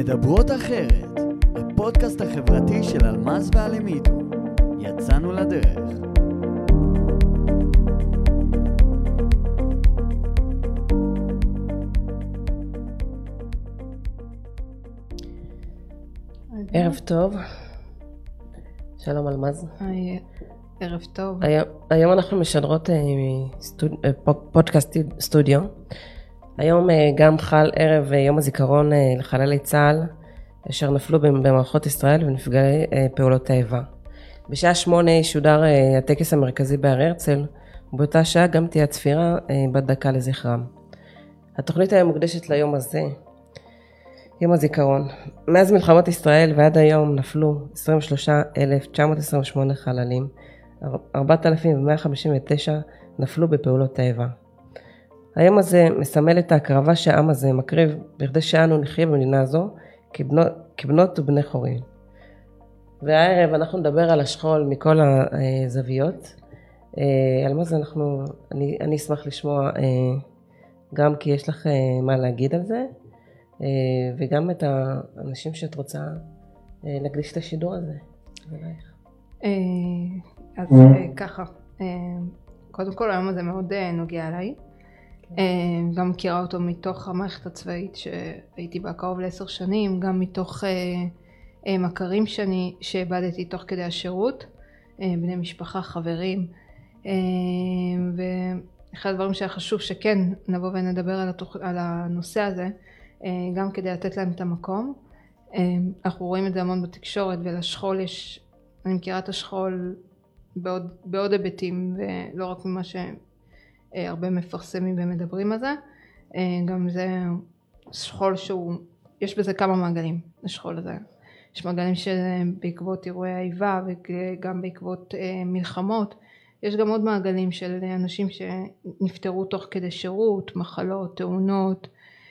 מדברות אחרת, הפודקאסט החברתי של אלמז ואלמידו. יצאנו לדרך. ערב טוב. שלום אלמז. ערב טוב. היום אנחנו משדרות פודקאסט סטודיו. היום גם חל ערב יום הזיכרון לחללי צה"ל אשר נפלו במערכות ישראל ונפגעי פעולות האיבה. בשעה 8 שודר הטקס המרכזי בהר הרצל, ובאותה שעה גם תהיה הצפירה בת דקה לזכרם. התוכנית היום מוקדשת ליום הזה, יום הזיכרון. מאז מלחמות ישראל ועד היום נפלו 23,928 חללים, 4,159 נפלו בפעולות האיבה. היום הזה מסמל את ההקרבה שהעם הזה מקריב בכדי שאנו נחיה במדינה הזו כבנות ובני חורין. והערב אנחנו נדבר על השכול מכל הזוויות. אלמז, אני אשמח לשמוע גם כי יש לך מה להגיד על זה, וגם את האנשים שאת רוצה להקדיש את השידור הזה. אז ככה, קודם כל היום הזה מאוד נוגע עליי. גם מכירה אותו מתוך המערכת הצבאית שהייתי בה קרוב ל10 שנים, גם מתוך מכרים שאיבדתי תוך כדי השירות, בני משפחה, חברים, ואחד הדברים שהיה חשוב שכן נבוא ונדבר על הנושא הזה, גם כדי לתת להם את המקום. אנחנו רואים את זה המון בתקשורת, ולשכול אני מכירה את השכול בעוד היבטים, ולא רק ממה שהרבה מפרסמים ומדברים על זה. גם זה שכול יש בזה כמה מעגלים, השכול הזה. יש מעגלים שבעקבות אירועי האיבה, וגם בעקבות מלחמות. יש גם עוד מעגלים של אנשים שנפטרו תוך כדי שירות, מחלות, תאונות,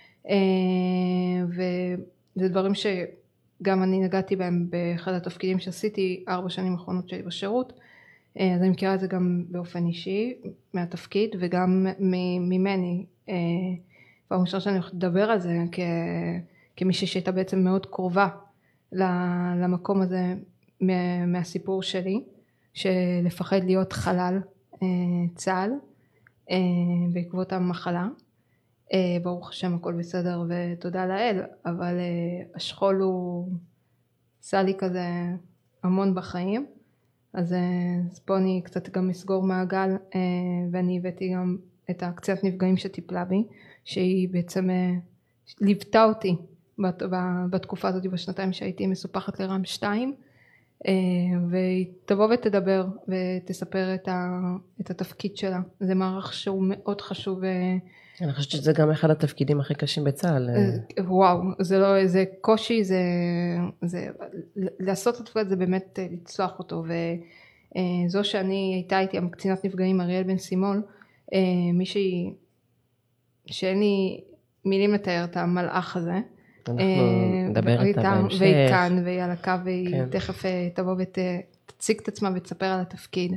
וזה דברים שגם אני נגעתי בהם באחד התפקידים שעשיתי 4 שנים האחרונות שלי בשירות. אז אני מכירה את זה גם באופן אישי מהתפקיד, וגם ממני. פעם ראשונה שאני הולכת לדבר על זה כמישהי שהייתה בעצם מאוד קרובה למקום הזה מהסיפור שלי, שלפחד להיות חלל צה"ל בעקבות המחלה. ברוך השם הכל בסדר ותודה לאל, אבל השכול הוא עשה לי כזה המון בחיים. אז פה אני קצת גם אסגור מעגל, ואני הבאתי גם את הקצינת נפגעים שטיפלה בי, שהיא בעצם ליוותה אותי בתקופה הזאת, בשנתיים שהייתי מסופחת לרם 2, והיא תבוא ותדבר ותספר את התפקיד שלה. זה מערך שהוא מאוד חשוב. אני חושבת שזה גם אחד התפקידים הכי קשים בצה"ל. וואו, זה קושי, זה לעשות את התפקיד, זה באמת לצלוח אותו. וזו שאני הייתה איתי, קצינת נפגעים אריאל בן סימול, מישהי שאין לי מילים לתאר את המלאך הזה. אנחנו נדבר איתה בהמשך. והיא כאן, והיא על הקו, והיא תכף תבוא ותציג את עצמה ותספר על התפקיד.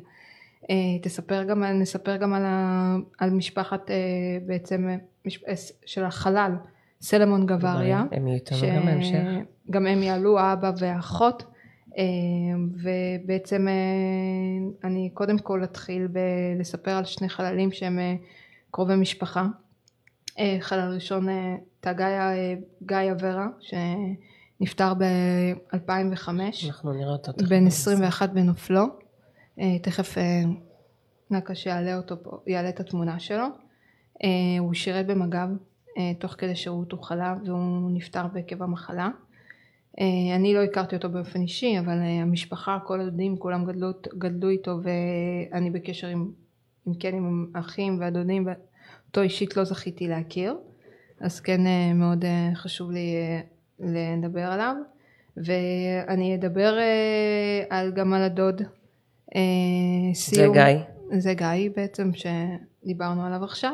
נספר גם על משפחת בעצם של החלל, סלמון גבריה, גם הם יעלו, האבא והאחות. ובעצם אני קודם כל אתחיל לספר על 2 חללים שהם קרובי משפחה. חלל ראשון גיא אברה, שנפטר ב-2005, בן 21 בנופלו. תכף נקש יעלה את התמונה שלו. הוא שירת במג"ב, תוך כדי שירות הוא חלה, והוא נפטר בעקב המחלה. אני לא הכרתי אותו באופן אישי, אבל המשפחה, כל הדודים, כולם גדלו איתו, ואני בקשר עם האחים והדודים, ואותו אישית לא זכיתי להכיר. אז כן מאוד חשוב לי לדבר עליו. ואני אדבר גם על הדוד, סיום. זה גיא בעצם שדיברנו עליו עכשיו.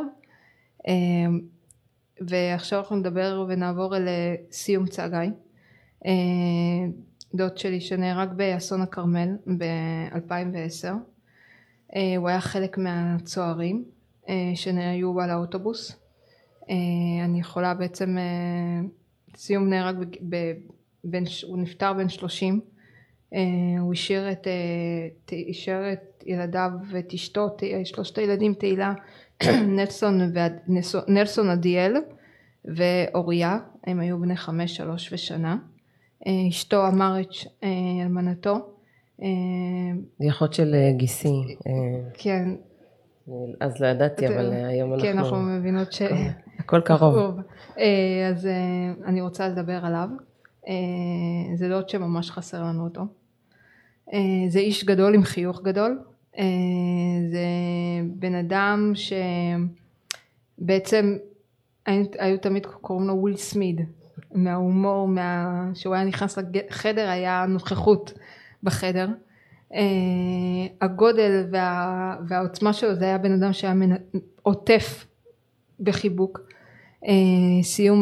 ועכשיו אנחנו נדבר ונעבור אל סיום צגאי, דוד שלי שנהרג באסון הכרמל ב-2010. הוא היה חלק מהצוערים שנהיו על האוטובוס. אני יכולה בעצם סיום נהרג, הוא נפטר בן 30, הוא השאיר את ילדיו ואת אשתו, שלושת הילדים, תהילה, נלסון עדיאל ואוריה, הם היו בני 5, 3 ושנה. אשתו אמריץ' אלמנתו. היא אחות של גיסי. כן. אז לא ידעתי, אבל היום אנחנו... כן, אנחנו מבינות ש... הכל קרוב. אז אני רוצה לדבר עליו. זה דוד שממש חסר לנו אותו. זה איש גדול עם חיוך גדול. זה בן אדם שבעצם היו תמיד קוראים לו וויל סמיד. מההומור, שהוא היה נכנס לחדר, היה נוכחות בחדר. הגודל והעוצמה שלו, זה היה בן אדם שהיה עוטף בחיבוק. סיום,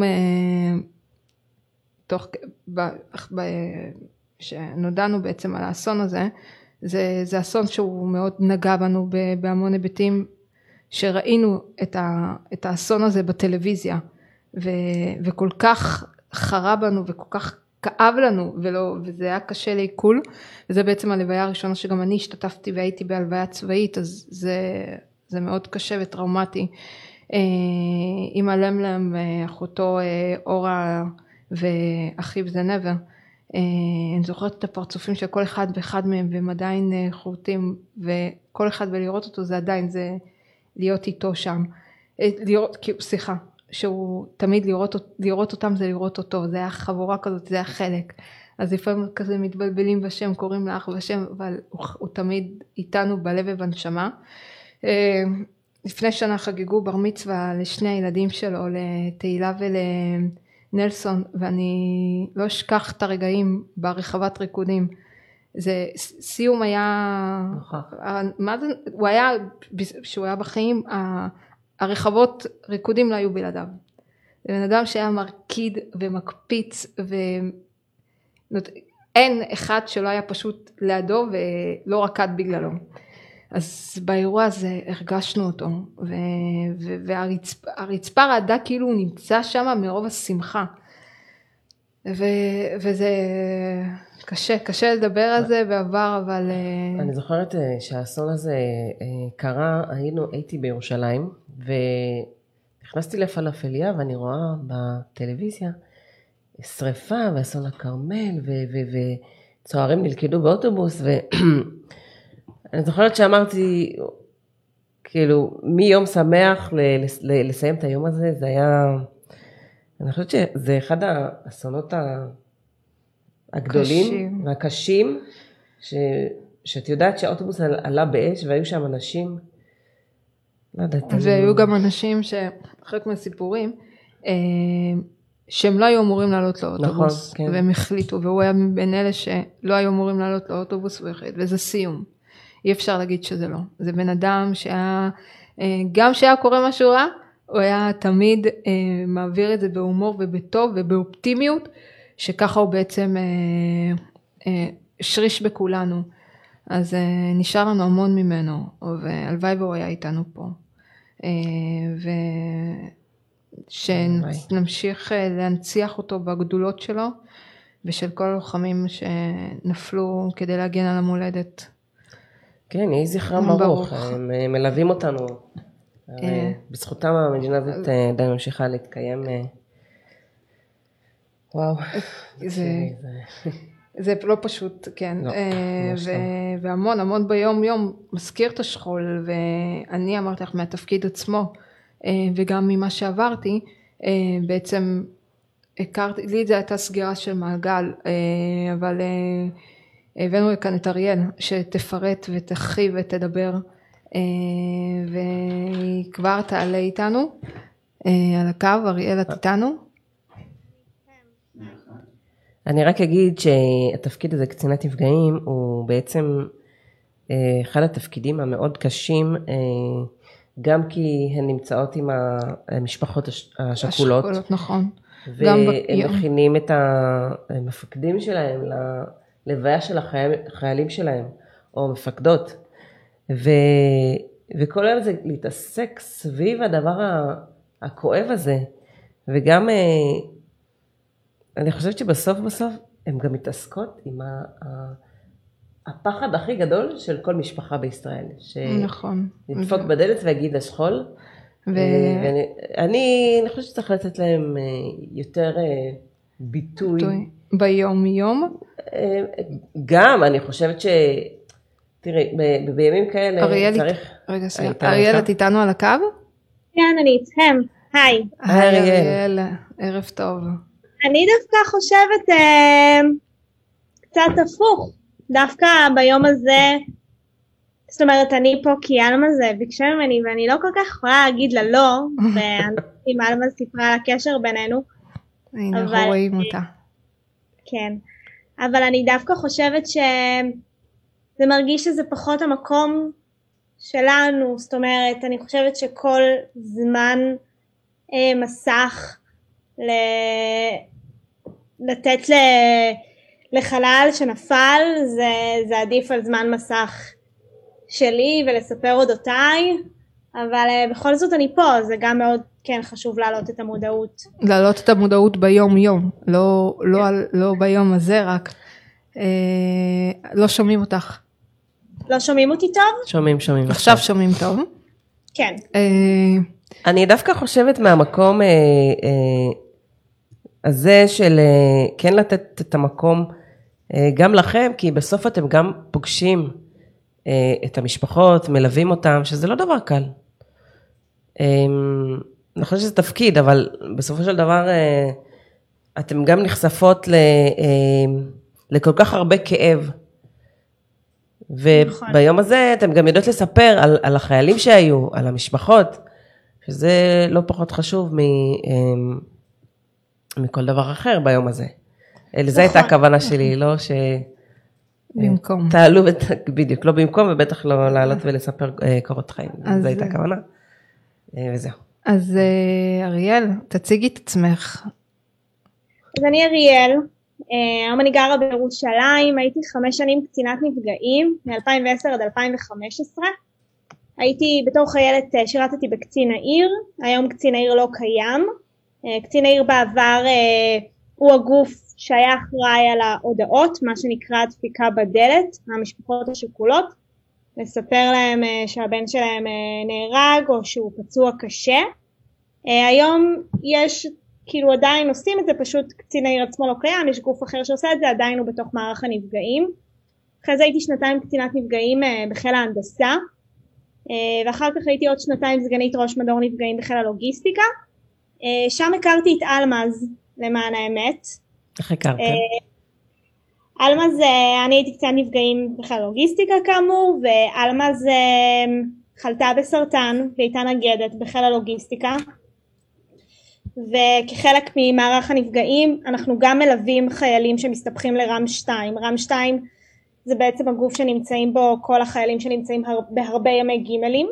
שנודענו בעצם על האסון הזה, זה אסון שהוא מאוד נגע בנו בהמון היבטים, שראינו את האסון הזה בטלוויזיה, וכל כך חרה בנו וכל כך כאב לנו, וזה היה קשה לעיכול, וזה בעצם הלוויה הראשונה שגם אני השתתפתי והייתי בהלוויה צבאית, אז זה מאוד קשה וטראומטי. אמא למלם, אחותו אורה ואחיו זנבר, אני זוכרת את הפרצופים של כל אחד ואחד מהם, והם עדיין חורטים, וכל אחד ולראות אותו זה עדיין, זה להיות איתו שם, סליחה, שהוא תמיד לראות אותם זה לראות אותו, זה היה חבורה כזאת, זה היה חלק, אז לפעמים כזה מתבלבלים בשם, קוראים לאח בשם, אבל הוא תמיד איתנו בלב ובנשמה. לפני שנה חגגו בר מצווה לשני הילדים שלו, לתהילה ולנלסון, ואני לא אשכח את הרגעים ברחבת ריקודים. זה סיום היה, הוא היה, שהוא היה בחיים, הרחבות ריקודים לא היו בלעדיו. זה בן אדם שהיה מרקיד ומקפיץ, ואין אחד שלא היה פשוט לידו ולא רקד בגללו. אז באירוע הזה הרגשנו אותו, והרצפה רעדה כאילו הוא נמצא שם מרוב השמחה. וזה קשה לדבר על זה בעבר, אבל... אני זוכרת שהאסון הזה קרה, הייתי בירושלים, ונכנסתי לפלאפליה, ואני רואה בטלוויזיה שריפה, ואסון הכרמל, וצוערים נלכדו באוטובוס, ואני זוכרת שאמרתי, כאילו, מיום שמח לסיים את היום הזה, זה היה... אני חושבת שזה אחד האסונות הגדולים והקשים, שאת יודעת שהאוטובוס עלה באש והיו שם אנשים, לא יודעת. והיו גם אנשים שחלק מהסיפורים, שהם לא היו אמורים לעלות לאוטובוס, נכון, כן. והם החליטו, והוא היה בין אלה שלא היו אמורים לעלות לאוטובוס, וזה סיום. אי אפשר להגיד שזה לא. זה בן אדם שהיה, גם שהיה קורה משהו רע, הוא היה תמיד מעביר את זה בהומור ובטוב ובאופטימיות, שככה הוא בעצם שריש בכולנו. אז נשאר לנו המון ממנו, והלוואי והוא היה איתנו פה. ושנמשיך להנציח אותו בגדולות שלו, ושל כל הלוחמים שנפלו כדי להגן על המולדת. כן, יהי זכרם ברוך, הם מלווים אותנו. בזכותם המדינה הזאת די ממשיכה להתקיים. וואו. זה לא פשוט, כן. והמון, המון ביום יום מזכיר את השכול, ואני אמרתי לך מהתפקיד עצמו, וגם ממה שעברתי, בעצם הכרתי, לי זה הייתה סגירה של מעגל, אבל הבאנו לכאן את אריאל, שתפרט ותרחיב ותדבר, והיא כבר תעלה איתנו על הקו. אריאל, את איתנו? אני רק אגיד שהתפקיד הזה, קצינת נפגעים, הוא בעצם אחד התפקידים המאוד קשים, גם כי הן נמצאות עם המשפחות השכולות. השכולות, נכון. והם מכינים את המפקדים שלהם ללוויה של החיילים שלהם, או מפקדות. וכל היום זה להתעסק סביב הדבר הכואב הזה, וגם אני חושבת שבסוף הן גם מתעסקות עם הפחד הכי גדול של כל משפחה בישראל. נכון. שנדפוק בדלת ויגיד לשכול. אני חושבת שצריך לתת להם יותר ביטוי. ביום יום? גם, אני חושבת תראי, בימים כאלה צריך... רגע, אריאל, את איתנו על הקו? כן, אני איתכם. היי. היי אריאל, ערב טוב. אני דווקא חושבת קצת הפוך. דווקא ביום הזה, זאת אומרת, אני פה כי אלמה זה ביקשה ממני, ואני לא כל כך יכולה להגיד לה לא, ואם אלמה סיפרה על הקשר בינינו. הנה, אנחנו רואים אותה. כן, אבל אני דווקא חושבת שזה מרגיש שזה פחות המקום שלנו, זאת אומרת, אני חושבת שכל זמן מסך לתת לחלל שנפל, זה עדיף על זמן מסך שלי ולספר אודותיי, אבל בכל זאת אני פה, זה גם מאוד כן חשוב להעלות את המודעות. להעלות את המודעות ביום יום, לא ביום הזה רק. לא שומעים אותך. לא שומעים אותי טוב? שומעים. עכשיו שומעים טוב. כן. אני דווקא חושבת מהמקום הזה של כן לתת את המקום גם לכם, כי בסוף אתם גם פוגשים את המשפחות, מלווים אותם, שזה לא דבר קל. אני חושבת שזה תפקיד, אבל בסופו של דבר אתם גם נחשפות לכל כך הרבה כאב. וביום הזה אתם גם יודעות לספר על החיילים שהיו, על המשפחות, שזה לא פחות חשוב מכל דבר אחר ביום הזה. לזה הייתה הכוונה שלי, לא ש... במקום. תעלו, בדיוק, לא במקום, ובטח לא לעלות ולספר קורות חיים. זו הייתה הכוונה. וזהו. אז אריאל, תציגי את עצמך. אז אני אריאל, היום אני גרה בירושלים, הייתי 5 שנים קצינת נפגעים, מ-2010 עד 2015. הייתי בתור חיילת, שירתתי בקצין העיר, היום קצין העיר לא קיים. קצין העיר בעבר הוא הגוף שהיה אחראי על ההודעות, מה שנקרא דפיקה בדלת, מהמשפחות השכולות, לספר להם שהבן שלהם נהרג או שהוא פצוע קשה. היום יש, כאילו עדיין עושים את זה, פשוט קצין העיר עצמו לא קיים, יש גוף אחר שעושה את זה, עדיין הוא בתוך מערך הנפגעים. אחרי זה הייתי 2 קצינת נפגעים בחיל ההנדסה, ואחר כך הייתי עוד 2 סגנית ראש מדור נפגעים בחיל הלוגיסטיקה. שם הכרתי את אלמז, למען האמת. איך הכרתם? אלמז, אני הייתי קצינת נפגעים בחיל הלוגיסטיקה כאמור, ואלמז חלתה בסרטן והייתה נגדת בחיל הלוגיסטיקה. וכחלק ממערך הנפגעים אנחנו גם מלווים חיילים שמסתבכים לרם 2. רם 2 זה בעצם הגוף שנמצאים בו כל החיילים שנמצאים בהרבה ימי גימלים,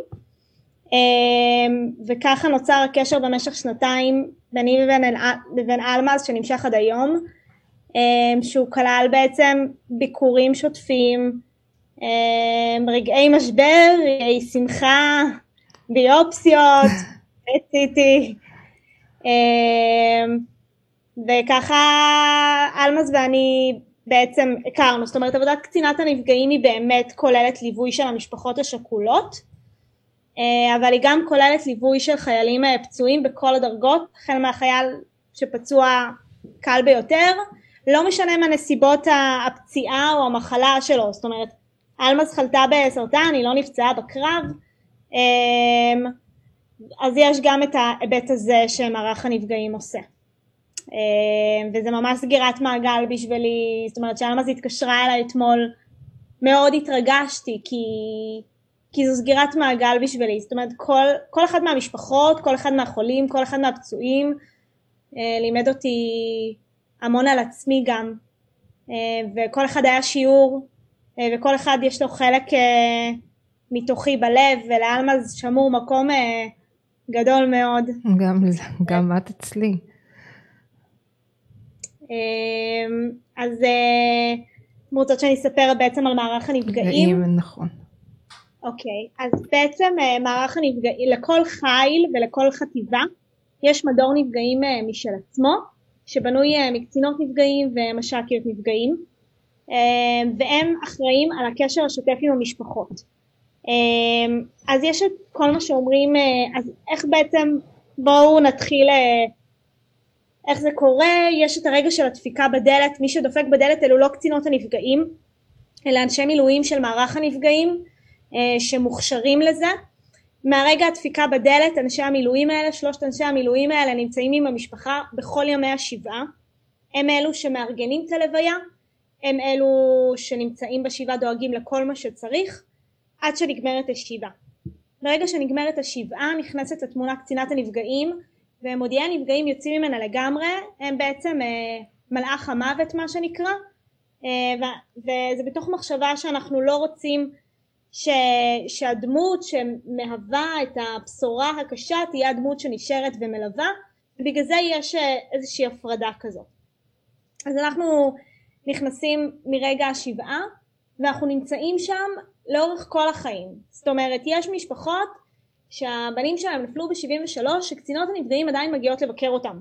וככה נוצר הקשר במשך 2 ביני לבין אלמז שנמשך עד היום, שהוא כלל בעצם ביקורים שוטפים, רגעי משבר, רגעי שמחה, ביופסיות, ציטי, וככה אלמז ואני בעצם הכרנו. זאת אומרת, עבודת קצינת הנפגעים היא באמת כוללת ליווי של המשפחות השכולות, אבל היא גם כוללת ליווי של חיילים פצועים בכל הדרגות, החל מהחייל שפצוע קל ביותר, לא משנה מה נסיבות הפציעה או המחלה שלו. זאת אומרת, אלמז חלתה בסרטן, היא לא נפצעה בקרב, אז יש גם את ההיבט הזה שמערך הנפגעים עושה, וזה ממש סגירת מעגל בשבילי. זאת אומרת, שאלמז התקשרה אליי אתמול, מאוד התרגשתי, כי זו סגירת מעגל בשבילי. זאת אומרת, כל אחד מהמשפחות, כל אחד מהחולים, כל אחד מהפצועים, לימד אותי המון על עצמי גם, וכל אחד היה שיעור, וכל אחד יש לו חלק מתוכי בלב, ולאלמז שמור מקום גדול מאוד. גם את אצלי. אז רוצות שאני אספר בעצם על מערך הנפגעים? נכון. אוקיי, אז בעצם מערך הנפגעים, לכל חיל ולכל חטיבה יש מדור נפגעים משל עצמו, שבנוי מקצינות נפגעים ומש"קיות נפגעים, והם אחראים על הקשר השוטף עם המשפחות. אז יש את כל מה שאומרים, אז איך בעצם, בואו נתחיל איך זה קורה. יש את הרגע של הדפיקה בדלת. מי שדופק בדלת אלו לא קצינות הנפגעים, אלא אנשי מילואים של מערך הנפגעים שמוכשרים לזה. מהרגע הדפיקה בדלת, אנשי המילואים האלה, 3 אנשי המילואים האלה נמצאים עם המשפחה בכל ימי השבעה. הם אלו שמארגנים את הלוויה, הם אלו שנמצאים בשבעה, דואגים לכל מה שצריך עד שנגמרת השבעה. ברגע שנגמרת השבעה נכנסת לתמונה קצינת הנפגעים, ומודיעי הנפגעים יוצאים ממנה לגמרי. הם בעצם מלאך המוות מה שנקרא, וזה בתוך מחשבה שאנחנו לא רוצים שהדמות שמהווה את הבשורה הקשה תהיה הדמות שנשארת ומלווה, ובגלל זה יש איזושהי הפרדה כזאת. אז אנחנו נכנסים מרגע השבעה ואנחנו נמצאים שם לאורך כל החיים. זאת אומרת, יש משפחות שהבנים שלהם נפלו ב-73 שקצינות הנפגעים עדיין מגיעות לבקר אותם,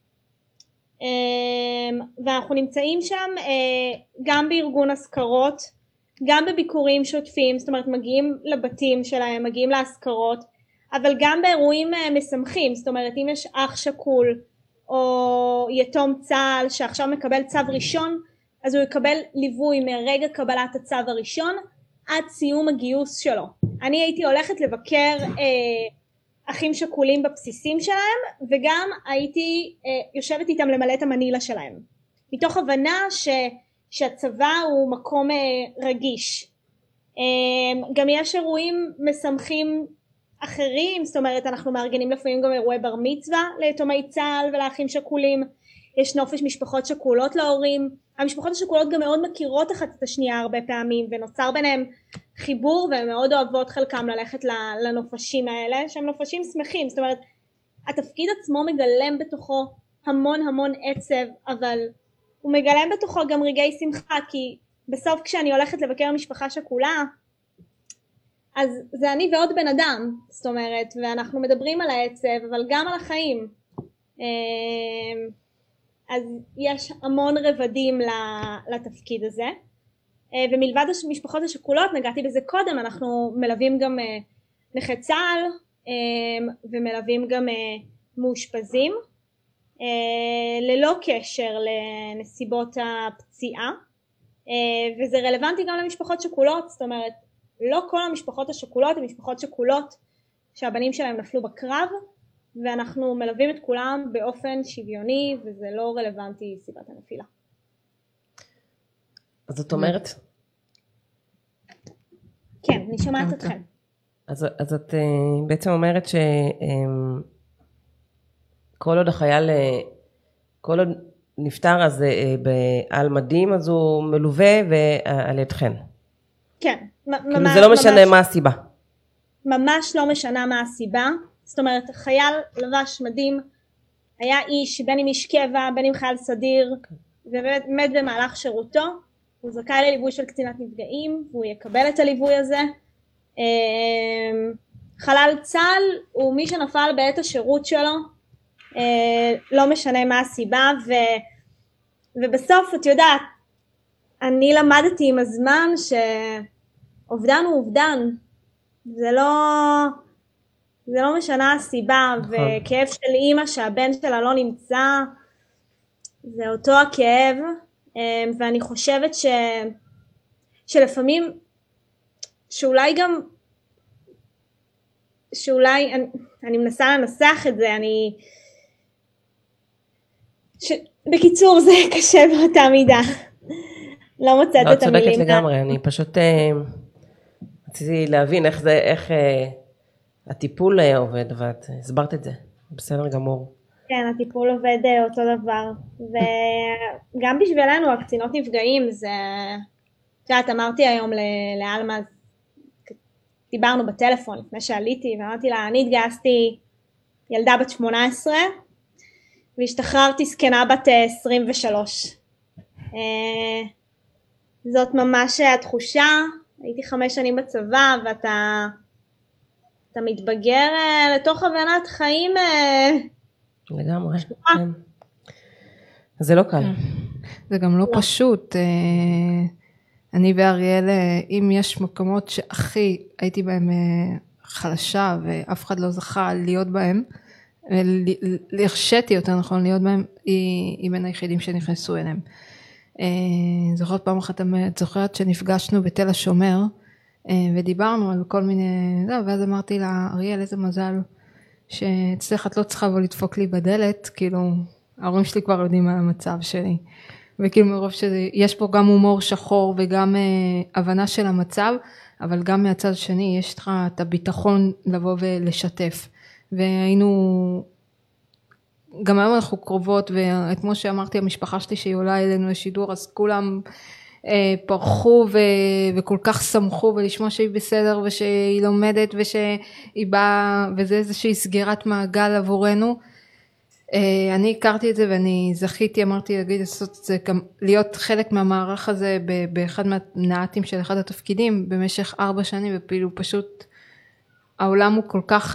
ואנחנו נמצאים שם גם בארגון הזכרות, גם בביקורים שוטפים, זאת אומרת מגיעים לבתים שלהם, מגיעים להזכרות, אבל גם באירועים משמחים. זאת אומרת, אם יש אח שכול או יתום צה"ל שעכשיו מקבל צו ראשון, אז הוא יקבל ליווי מרגע קבלת הצו הראשון עד סיום הגיוס שלו. אני הייתי הולכת לבקר אחים שכולים בבסיסים שלהם, וגם הייתי יושבת איתם למלא את המנילה שלהם, מתוך הבנה שהצבא הוא מקום רגיש. גם יש אירועים משמחים אחרים, זאת אומרת אנחנו מארגנים לפעמים גם אירועי בר מצווה ליתומי צה"ל ולאחים שכולים, יש נופש משפחות שכולות להורים. המשפחות השכולות גם מאוד מכירות אחת את השנייה הרבה פעמים, ונוצר ביניהם חיבור, והן מאוד אוהבות חלקם ללכת לנופשים האלה, שהם נופשים שמחים. זאת אומרת, התפקיד עצמו מגלם בתוכו המון המון עצב, אבל הוא מגלם בתוכו גם רגעי שמחה, כי בסוף כשאני הולכת לבקר משפחה שכולה, אז זה אני ועוד בן אדם, זאת אומרת, ואנחנו מדברים על העצב, אבל גם על החיים. אז יש המון רבדים לתפקיד הזה. ומלבד המשפחות השכולות, נגעתי בזה קודם, אנחנו מלווים גם נכי צה"ל, ומלווים גם מאושפזים, ללא קשר לנסיבות הפציעה, וזה רלוונטי גם למשפחות שכולות. זאת אומרת, לא כל המשפחות השכולות הן משפחות שכולות שהבנים שלהם נפלו בקרב, ואנחנו מלווים את כולם באופן שוויוני, וזה לא רלוונטי סיבת הנפילה. אז זאת אומרת? כן, אני שומעת אתכם. אז את בעצם אומרת כל עוד החייל, כל עוד נפטר אז על מדים, אז הוא מלווה ועל ידכן. כן. זה לא משנה מה הסיבה. ממש לא משנה מה הסיבה. זאת אומרת, חייל לבש מדים, היה איש, בין אם איש קבע, בין אם חייל סדיר, ומת במהלך שירותו, הוא זכאי לליווי של קצינת נפגעים, והוא יקבל את הליווי הזה. חלל צה"ל הוא מי שנפל בעת השירות שלו, לא משנה מה הסיבה, ובסוף את יודעת, אני למדתי עם הזמן שאובדן הוא אובדן, זה לא משנה הסיבה, וכאב של אימא שהבן שלה לא נמצא, זה אותו הכאב, ואני חושבת שלפעמים, שאולי אני מנסה לנסח את זה, בקיצור זה קשה באותה מידה, לא מוצאת את המילים. לא, צודקת לגמרי, אני פשוט רציתי להבין איך הטיפול עובד, ואת הסברת את זה, בסדר גמור. כן, הטיפול עובד אותו דבר, וגם בשבילנו הקצינות נפגעים, זה, שאת אמרתי היום לאלמה, דיברנו בטלפון לפני שעליתי, ואמרתי לה, אני התגייסתי ילדה בת 18, והשתחררתי זקנה בת 23. זאת ממש התחושה, הייתי 5 שנים בצבא, ואתה מתבגר לתוך הבנת חיים. לגמרי. זה לא קל. זה גם לא פשוט. אני ואריאל, אם יש מקומות שהכי הייתי בהם חלשה, ואף אחד לא זכה להיות בהם, הרשיתי יותר נכון להיות בהם, היא בין היחידים שנכנסו אליהם. זוכרת פעם אחת, את זוכרת שנפגשנו בתל השומר, ודיברנו על כל מיני, ואז אמרתי לה, אריאל, איזה מזל, שאצלך את לא צריכה לבוא לדפוק לי בדלת, כאילו, ההורים שלי כבר יודעים מה המצב שלי, וכאילו מרוב שיש פה גם הומור שחור, וגם הבנה של המצב, אבל גם מהצד השני, יש לך את הביטחון לבוא ולשתף, והיינו, גם היום אנחנו קרובות, וכמו שאמרתי, המשפחה שלי שהיא עולה אלינו לשידור, אז כולם פרחו וכל כך שמחו, ולשמוע שהיא בסדר, ושהיא לומדת, ושהיא באה, וזה איזושהי סגירת מעגל עבורנו. אני הכרתי את זה, ואני זכיתי, אמרתי להגיד, לעשות את זה, גם להיות חלק מהמערך הזה, באחד מהנעתים של אחד התפקידים, במשך 4 שנים, ופעילו פשוט, העולם הוא כל כך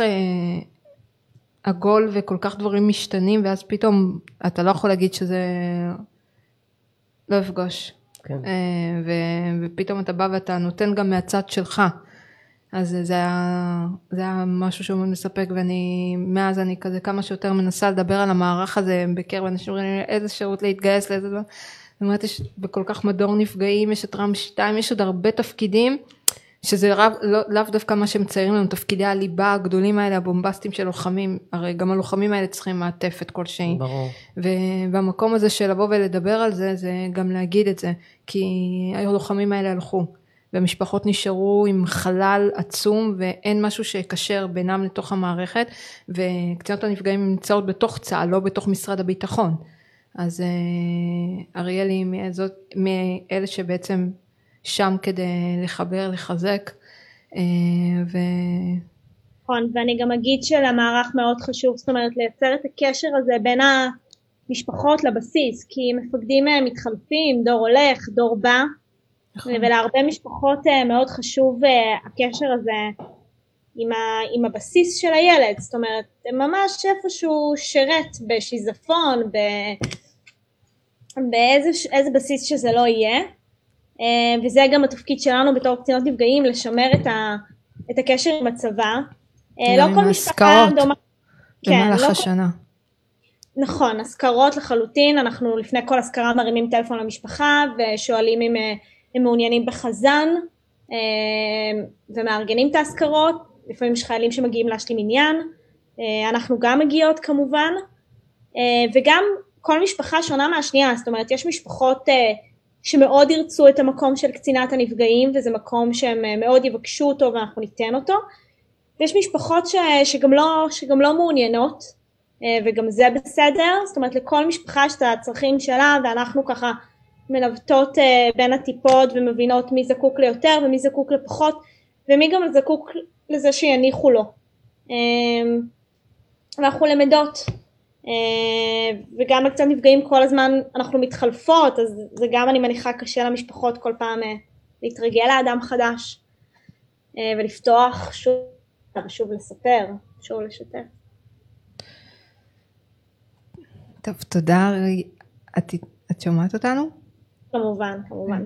עגול, וכל כך דברים משתנים, ואז פתאום אתה לא יכול להגיד שזה לא יפגוש. כן. ופתאום אתה בא ואתה נותן גם מהצד שלך. אז זה היה משהו שמאוד מספק, מאז אני כזה כמה שיותר מנסה לדבר על המערך הזה בקרב אנשים, איזה שירות להתגייס לאיזה דבר. זאת אומרת, יש בכל כך מדור נפגעים, יש את רם 2, יש עוד הרבה תפקידים, שזה לאו דווקא מה שמציירים לנו, תפקידי הליבה הגדולים האלה, הבומבסטים של לוחמים, הרי גם הלוחמים האלה צריכים מעטפת כלשהי. ברור. והמקום הזה של לבוא ולדבר על זה, זה גם להגיד את זה, כי הלוחמים האלה הלכו, והמשפחות נשארו עם חלל עצום, ואין משהו שקשר בינם לתוך המערכת, וקצינות הנפגעים נמצאות בתוך צה"ל, לא בתוך משרד הביטחון. אז אריאל היא מאלה שבעצם שם כדי לחבר, לחזק. נכון, ואני גם אגיד שלמערך מאוד חשוב, זאת אומרת לייצר את הקשר הזה בין המשפחות לבסיס, כי מפקדים מתחלפים, דור הולך, דור בא, ולהרבה משפחות מאוד חשוב הקשר הזה עם הבסיס של הילד, זאת אומרת ממש איפשהו שרת בשיזפון, באיזה בסיס שזה לא יהיה, וזה גם התפקיד שלנו בתור קצינות נפגעים, לשמר את הקשר עם הצבא. לא כל משפחה דומה. במהלך השנה. נכון, הזכרות לחלוטין, אנחנו לפני כל הזכרה מרימים טלפון למשפחה, ושואלים אם הם מעוניינים בחזן, ומארגנים את ההזכרות, לפעמים יש חיילים שמגיעים להשלים עניין, אנחנו גם מגיעות כמובן, וגם כל משפחה שונה מהשנייה, זאת אומרת יש משפחות שמאוד ירצו את המקום של קצינת הנפגעים, וזה מקום שהם מאוד יבקשו אותו ואנחנו ניתן אותו, ויש משפחות שגם לא מעוניינות, וגם זה בסדר, זאת אומרת לכל משפחה יש את הצרכים שלה, ואנחנו ככה מנווטות בין הטיפות ומבינות מי זקוק ליותר ומי זקוק לפחות, ומי גם זקוק לזה שיניחו לו. ואנחנו למדות, וגם על קצת נפגעים כל הזמן אנחנו מתחלפות, אז זה גם אני מניחה קשה למשפחות כל פעם להתרגל לאדם חדש, ולפתוח שוב לספר, שוב לשתף. טוב, תודה. את שומעת אותנו? כמובן, כמובן.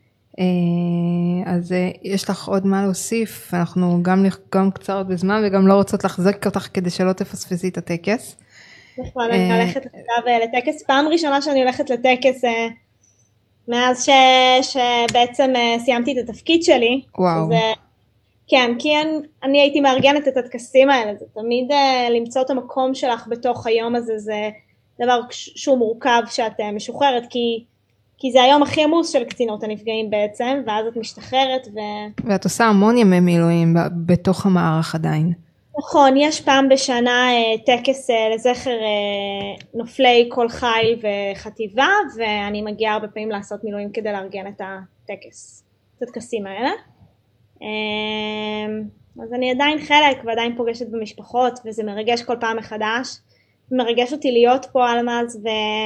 אז יש לך עוד מה להוסיף, אנחנו גם קצרות בזמן וגם לא רוצות לחזק אותך כדי שלא תפספסי את הטקס. נכון, אני הולכת עכשיו לטקס, פעם ראשונה שאני הולכת לטקס מאז שבעצם סיימתי את התפקיד שלי. וואו. כן, כי אני הייתי מארגנת את הטקסים האלה, זה תמיד למצוא את המקום שלך בתוך היום הזה, זה דבר שהוא מורכב שאת משוחררת, כי זה היום הכי עמוס של קצינות הנפגעים בעצם, ואז את משתחררת ואת עושה המון ימי מילואים בתוך המערך עדיין. נכון, יש פעם בשנה טקס לזכר נופלי כל חיל וחטיבה, ואני מגיעה הרבה פעמים לעשות מילואים כדי לארגן את הטקס, את הטקסים האלה. אז אני עדיין חלק ועדיין פוגשת במשפחות, וזה מרגש כל פעם מחדש. מרגש אותי להיות פה אלמז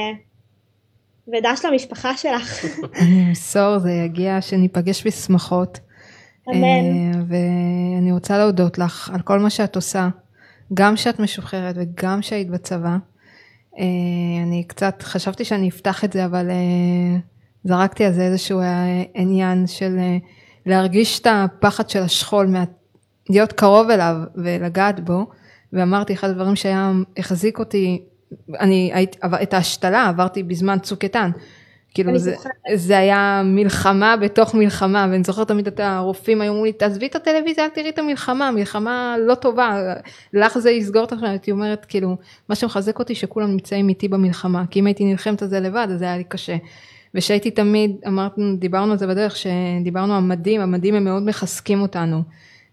ודש למשפחה שלך. אני אמסור, זה יגיע שניפגש בשמחות. אמן. ואני רוצה להודות לך על כל מה שאת עושה, גם שאת משוחררת וגם שהיית בצבא. אני קצת חשבתי שאני אפתח את זה, אבל זרקתי על זה איזשהו עניין של להרגיש את הפחד של השכול, להיות קרוב אליו ולגעת בו, ואמרתי אחד הדברים שהיה החזיק אותי, את ההשתלה עברתי בזמן צוק איתן, כאילו זה היה מלחמה בתוך מלחמה, ואני זוכרת תמיד את הרופאים היו אומרים לי, תעזבי את הטלוויזיה, אל תראי את המלחמה, מלחמה לא טובה, לך זה יסגור את החיים, הייתי אומרת כאילו, מה שמחזק אותי שכולם נמצאים איתי במלחמה, כי אם הייתי נלחמת על זה לבד, אז זה היה לי קשה, ושהייתי תמיד, דיברנו על זה בדרך, שדיברנו על המדים, המדים הם מאוד מחזקים אותנו,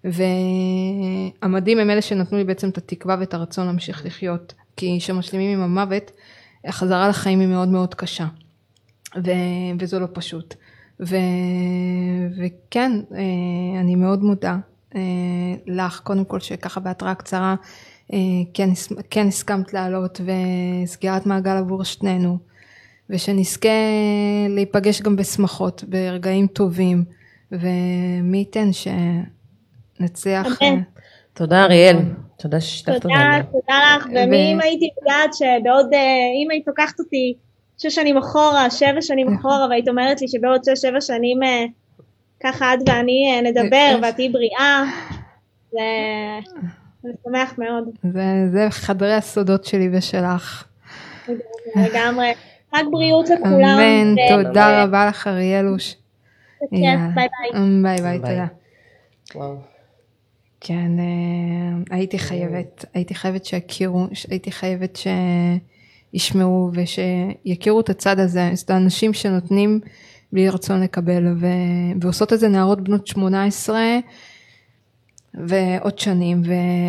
והמדים הם אלה שנתנו לי בעצם את התקווה ואת הרצון להמשיך לחיות, כי שמשלימים עם המוות, החזרה לחיים היא מאוד מאוד קשה. וזו לא פשוט. וכן, אני מאוד מודה לך, קודם כל שככה בהתראה קצרה, כן הסכמת לעלות וסגירת מעגל עבור שנינו, ושנזכה להיפגש גם בשמחות, ברגעים טובים, ומי ייתן שנצליח. תודה אריאל, תודה ששיתפת אותנו. תודה לך, ואם הייתי יודעת שבעוד, אם היית לוקחת אותי 6 שנים אחורה, 7 שנים אחורה, והיית אומרת לי שבעוד 6-7 שנים ככה את ואני נדבר, ואת תהיי בריאה, זה שמח מאוד. זה חדרי הסודות שלי ושלך. לגמרי, רק בריאות לכולם. אמן, תודה רבה לך אריאלוש. ביי ביי. ביי ביי, תודה. כן, הייתי חייבת שיכירו, הייתי חייבת שישמעו ושיכירו את הצד הזה, את האנשים שנותנים בלי רצון לקבל, ועושות את זה נערות בנות 18 ועוד שנים,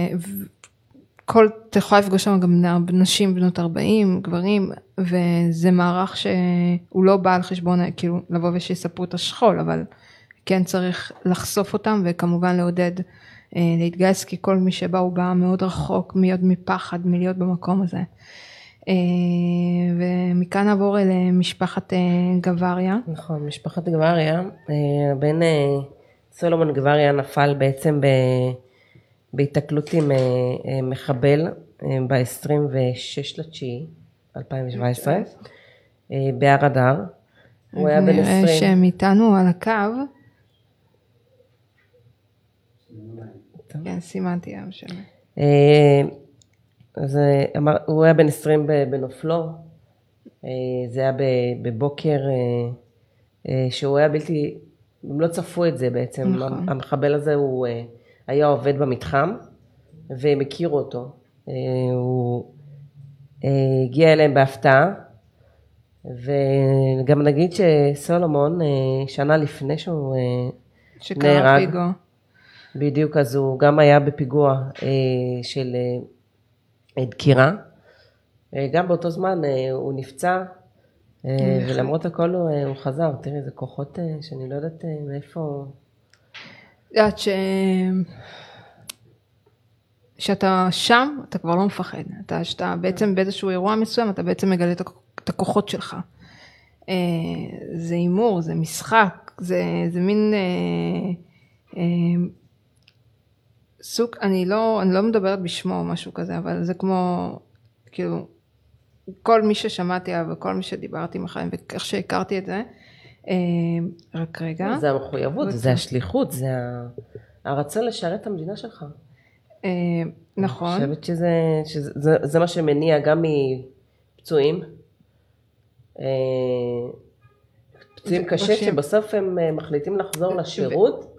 אתה יכולה לפגוש שם גם נשים בנות 40, גברים, וזה מערך שהוא לא בא על חשבון, כאילו לבוא ושיספרו את השכול, אבל כן צריך לחשוף אותם, וכמובן לעודד להתגייס, כי כל מי שבא הוא בא מאוד רחוק, מאוד מפחד, מלהיות במקום הזה. ומכאן נעבור למשפחת גבריה. נכון, משפחת גבריה, בן סולומון גבריה נפל בעצם בהתקלות עם מחבל ב-26/9/2017, בהר אדר. הוא היה בן 20. שהם איתנו על הקו. כן, סימנתי היום שם. הוא היה בן 20 בנופלו, זה היה בבוקר שהוא היה בלתי, הם לא צפו את זה בעצם, נכון. המחבל הזה הוא היה עובד במתחם והם הכירו אותו, הוא הגיע אליהם בהפתעה, וגם נגיד שסולומון שנה לפני שהוא נהרג, בדיוק, אז הוא גם היה בפיגוע של דקירה, גם באותו זמן הוא נפצע, ולמרות הכל הוא חזר. תראי, זה כוחות שאני לא יודעת מאיפה. יודעת שאתה שם, אתה כבר לא מפחד. שאתה בעצם באיזשהו אירוע מסוים, אתה בעצם מגלה את הכוחות שלך. זה אימור, זה משחק, זה מין סוג, אני לא מדברת בשמו או משהו כזה, אבל זה כמו, כאילו, כל מי ששמעתי וכל מי שדיברתי עם החיים, וכך שהכרתי את זה, רק רגע. זה המחויבות, זה השליחות, זה הרצון לשרת את המדינה שלך. נכון. אני חושבת שזה מה שמניע גם מפצועים, פצועים קשה, שבסוף הם מחליטים לחזור לשירות,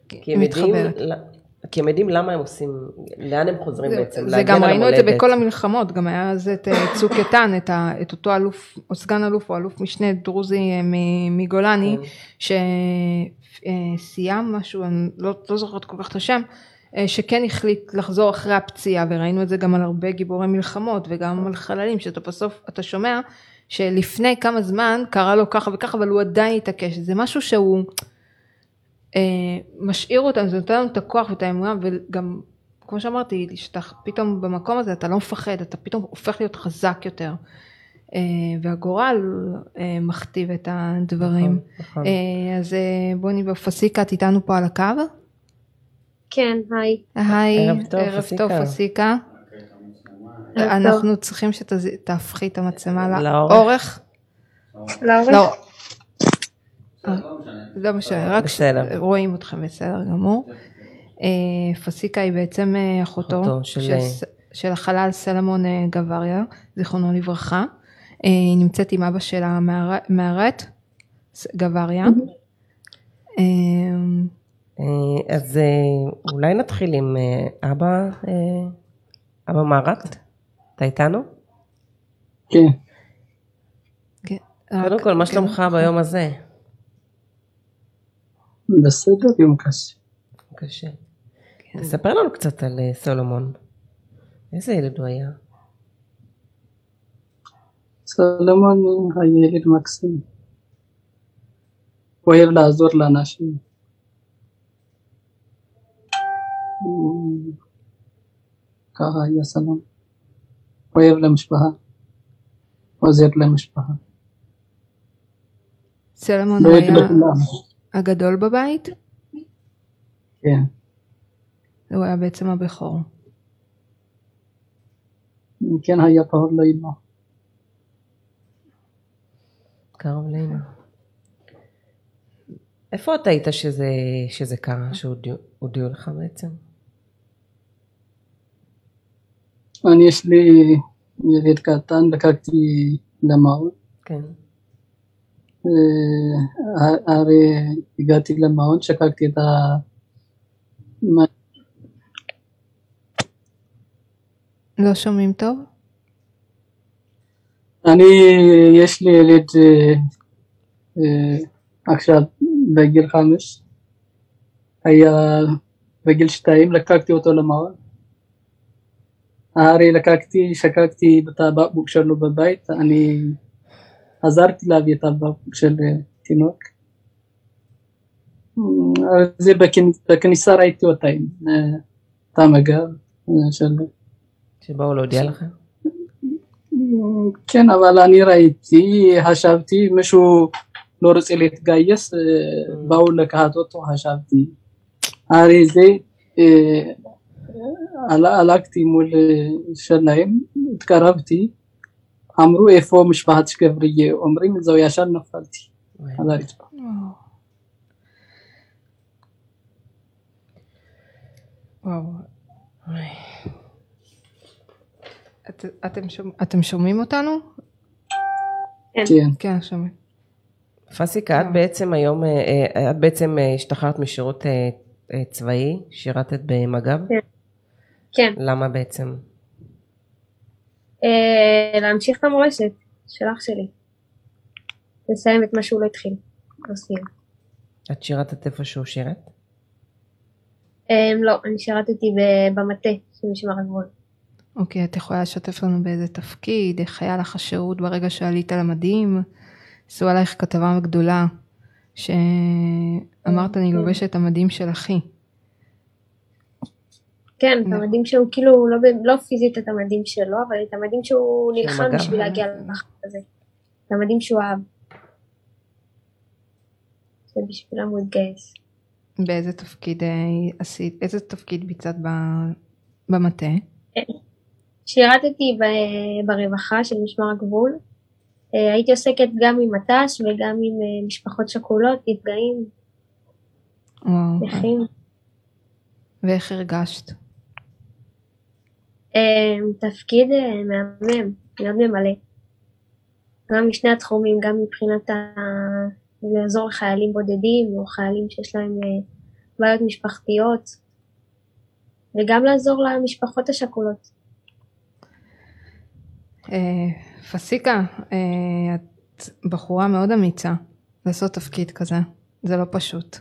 כי הם יודעים למה הם עושים, לאן הם חוזרים בעצם. זה גם ראינו את זה בכל המלחמות, גם היה זה את צוק איתן, את אותו אלוף, או סגן אלוף, או אלוף משנה דרוזי מגולני, שסיים משהו, אני לא זוכרת כל כך את השם, שכן החליט לחזור אחרי הפציעה, וראינו את זה גם על הרבה גיבורי מלחמות, וגם על חללים, שאתה בסוף, אתה שומע, שלפני כמה זמן קרה לו ככה וככה, אבל הוא עדיין התעקש. זה משהו שהוא משאיר אותנו, זה נותן לנו את הכוח ואת האמונה, וגם, כמו שאמרתי, שאתה פתאום במקום הזה, אתה לא מפחד, אתה פתאום הופך להיות חזק יותר, והגורל מכתיב את הדברים. נכון. אז בואי נבוא, פסיקה, את איתנו פה על הקו? כן, היי. היי, ערב טוב, פסיקה. אנחנו צריכים שתהפכי את המצלמה לאורך. לא. לא משנה, רק רואים אתכם בסדר גמור. פסיקה היא בעצם אחותו של החלל סלומון גבריה, זיכרונו לברכה. היא נמצאת עם אבא שלה מהרט, גבריה. אז אולי נתחיל עם אבא מהרט? אתה איתנו? כן. קודם כל, מה שלומך ביום הזה? בסדר, יום קשה. קשה. תספר לנו קצת על סולומון. איזה ילד הוא היה? סולומון היה ילד מקסים. הוא אוהב לעזור לאנשים. ככה היה סולומון. הוא אוהב למשפחה. עוזר למשפחה. סולומון הוא היה הגדול בבית? כן. הוא היה בעצם הבכור. כן, היה קרוב לאמא. קרוב לאמא. איפה אתה היית שזה קרה, שהודיעו לך בעצם? יש לי ילד קטן, לקחתי למעון. כן. הרי הגעתי למעון, שקקתי את לא שומעים טוב? יש לי ילד עכשיו בגיל 5, היה בגיל 2, לקחתי אותו למעון. הרי שקקתי את הבקבוק שלו בבית, אני עזרתי להביא את הבקבוק של תינוק. זה בכניסה ראיתי אותה עם את המג"ב שלו. שבאו להודיע לך? כן, אבל אני ראיתי, חשבתי, מישהו לא רוצה להתגייס, באו לקחת אותו, חשבתי. הרי זה, הלכתי מול שלהם, התקרבתי, אמרו איפה משפחת גבריה, אומרים זהו ישר נפלתי על הרצפה. וואו. אתם שומעים אותנו? כן. כן, שומעים. פסיקה, את בעצם השתחררת משירות צבאי, שירתת במג"ב? כן. למה בעצם? להמשיך את המורשת של אח שלי. לסיים את מה שהוא לא התחיל. את שירתת איפה שהוא שירת? לא, אני שירתתי במטה של משמר הגבול. אוקיי, את יכולה לשתף לנו באיזה תפקיד, איך היה לך השירות ברגע שעלית למדים? עשו עלייך כתבה גדולה, שאמרת אני לובשת את המדים של אחי. כן, את המדים שהוא כאילו, לא פיזית את המדים שלו, אבל את המדים שהוא נלחם בשביל להגיע למחק הזה. את המדים שהוא אהב. זה בשבילם הוא התגייס. באיזה תפקיד עשית, איזה תפקיד ביצעת במטה? שירתתי ברווחה של משמר הגבול. הייתי עוסקת גם עם מט"ש וגם עם משפחות שכולות, נפגעים, נכים. ואיך הרגשת? תפקיד מהמם, מאוד ממלא. גם משני התחומים, גם מבחינת לעזור לחיילים בודדים או חיילים שיש להם בעיות משפחתיות, וגם לעזור למשפחות השכולות. פסיקה, את בחורה מאוד אמיצה לעשות תפקיד כזה, זה לא פשוט.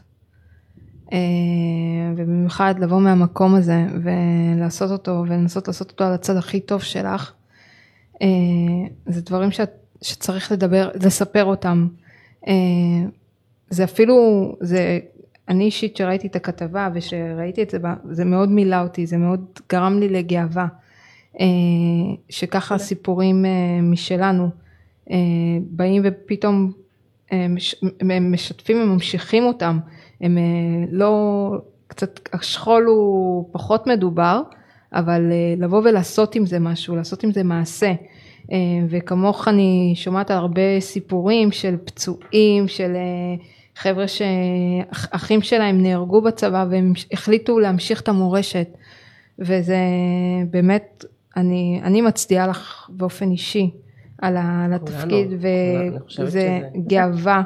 ובמיוחד לבוא מהמקום הזה ולעשות אותו ולנסות לעשות אותו על הצד הכי טוב שלך, זה דברים שצריך לספר אותם. זה אפילו, אני אישית שראיתי את הכתבה ושראיתי את זה, זה מאוד מילא אותי, זה מאוד גרם לי לגאווה. שככה הסיפורים משלנו באים ופתאום משתפים וממשיכים אותם, הם לא, קצת השכול הוא פחות מדובר, אבל לבוא ולעשות עם זה משהו, לעשות עם זה מעשה, וכמוך אני שומעת הרבה סיפורים של פצועים, של חבר'ה שאחים שלהם נהרגו בצבא והם החליטו להמשיך את המורשת, וזה באמת, אני מצדיעה לך באופן אישי על התפקיד, וזה גאווה,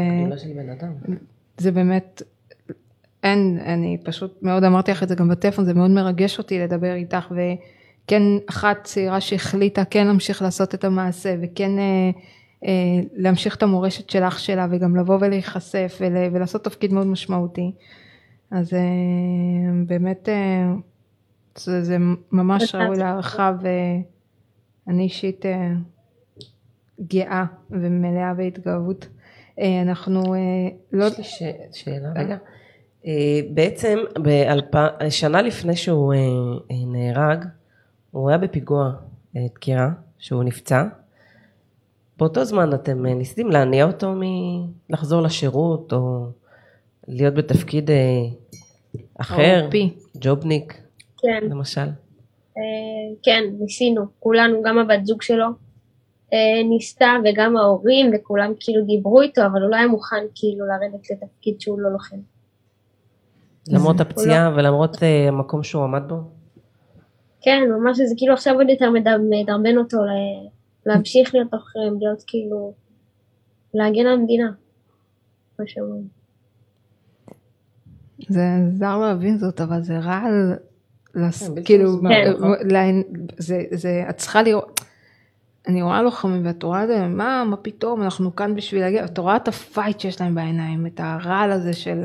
וזה באמת, אני פשוט מאוד אמרתי לך את זה גם בטלפון, זה מאוד מרגש אותי לדבר איתך, וכן אחת צעירה שהחליטה כן להמשיך לעשות את המעשה, וכן להמשיך את המורשת של אח שלה, וגם לבוא ולהיחשף, ולעשות תפקיד מאוד משמעותי, אז באמת זה ממש ראוי להערכה, ואני אישית גאה ומלאה בהתגאוות. אנחנו לא... יש לי שאלה רגע. בעצם שנה לפני שהוא נהרג, הוא היה בפיגוע דקירה, שהוא נפצע. באותו זמן אתם ניסיתם להניע אותו מלחזור לשירות, או להיות בתפקיד אחר, ג'ובניק, כן. למשל? כן, ניסינו, כולנו, גם הבת זוג שלו ניסתה, וגם ההורים, וכולם כאילו דיברו איתו, אבל הוא לא היה מוכן כאילו לרדת לתפקיד שהוא לא לוחם. למרות הפציעה ולמרות המקום שהוא עמד בו? כן, ממש זה כאילו עכשיו עוד יותר מדרבן אותו להמשיך להיות לוחם, להיות כאילו, להגן על המדינה. מה שאומרים. זה זר להבין זאת, אבל זה רע על, כאילו, זה, את צריכה לראות, אני רואה לוחמים, ואת רואה את זה, מה פתאום, אנחנו כאן בשביל להגיע, את רואה את הפייט שיש להם בעיניים, את הרעל הזה של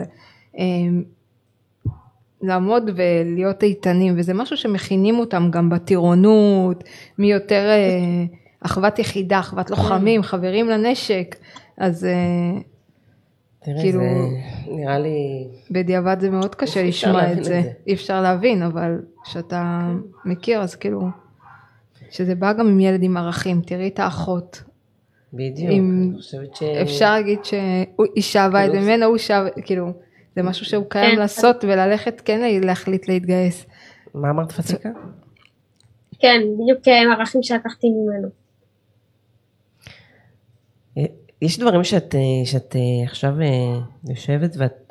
לעמוד ולהיות איתנים, וזה משהו שמכינים אותם גם בטירונות, מי יותר אחוות יחידה, אחוות לוחמים, חברים לנשק, אז תראה, כאילו, זה נראה לי... בדיעבד זה מאוד קשה לשמוע את זה, אי אפשר להבין, אבל שאתה מכיר, אז כאילו, שזה בא גם עם ילד עם ערכים, תראי את האחות. בדיוק, אני חושבת אפשר להגיד שהיא שווה את זה, ממנה הוא שווה, כאילו, זה משהו שהוא קיים לעשות וללכת, כן להחליט להתגייס. מה אמרת פציקה? כן, בדיוק הערכים שלקחתי ממנו. יש דברים שאת עכשיו יושבת ואת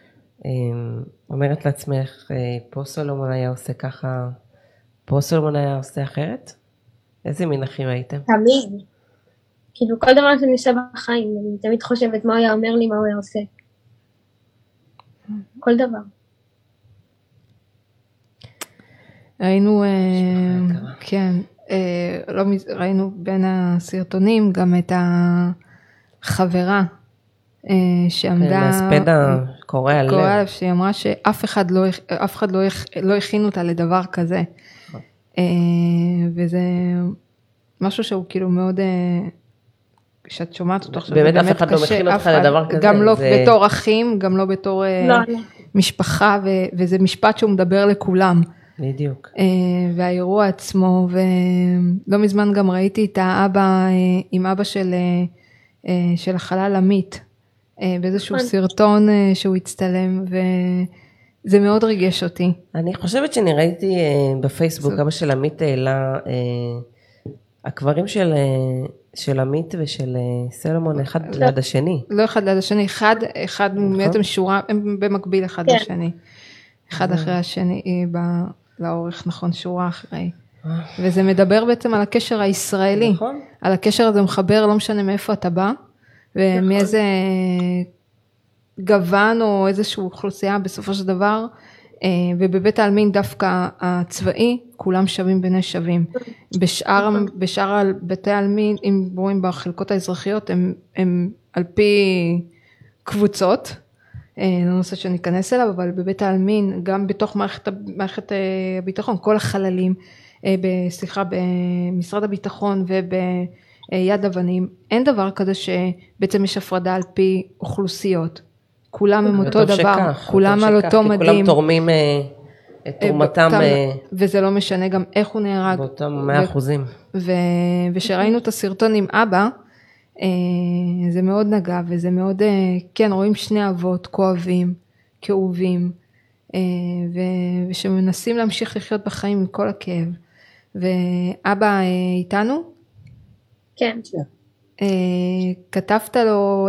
אומרת לעצמך, פה סולומון היה עושה ככה, פה סולומון היה עושה אחרת? איזה מין אחים הייתם? תמיד. כאילו כל דבר שאני עושה בחיים, אני תמיד חושבת מה הוא היה אומר לי, מה הוא היה עושה. כל דבר. ראינו, כן, ראינו בין הסרטונים גם את החברה שעמדה, מהספד הקורע לב, שהיא אמרה שאף אחד לא הכין אותה לדבר כזה, וזה משהו שהוא כאילו מאוד, כשאת שומעת אותו עכשיו, באמת אף אחד לא מכין אותך לדבר כזה, גם לא בתור אחים, גם לא בתור משפחה, וזה משפט שהוא מדבר לכולם. בדיוק. והאירוע עצמו, ולא מזמן גם ראיתי את האבא, עם אבא של החלל עמית, באיזשהו סרטון שהוא הצטלם, וזה מאוד ריגש אותי. אני חושבת שאני ראיתי בפייסבוק, אבא של עמית העלה, הקברים של עמית ושל סלומון, אחד ליד השני. לא אחד ליד השני, אחד בעצם שורה, הם במקביל אחד לשני. אחד אחרי השני, לאורך, נכון, שורה אחרי. וזה מדבר בעצם על הקשר הישראלי. נכון. על הקשר הזה מחבר, לא משנה מאיפה אתה בא, ומאיזה גוון או איזושהי אוכלוסייה בסופו של דבר, ובבית העלמין דווקא הצבאי, כולם שווים בני שווים. בשאר בתי העלמין, אם רואים בחלקות האזרחיות, הם על פי קבוצות, לנושא שניכנס אליו, אבל בבית העלמין, גם בתוך מערכת הביטחון, כל החללים, במשרד הביטחון וביד אבנים, אין דבר כזה שבעצם יש הפרדה על פי אוכלוסיות. כולם הם אותו דבר, כולם על אותו מדים. כולם תורמים את תרומתם. וזה לא משנה גם איך הוא נהרג. באותם 100%. ושראינו את הסרטון עם אבא, זה מאוד נגע, וזה מאוד, כן, רואים שני אבות כואבים, כאובים, ושמנסים להמשיך לחיות בחיים עם כל הכאב. ואבא איתנו? כן. כתבת לו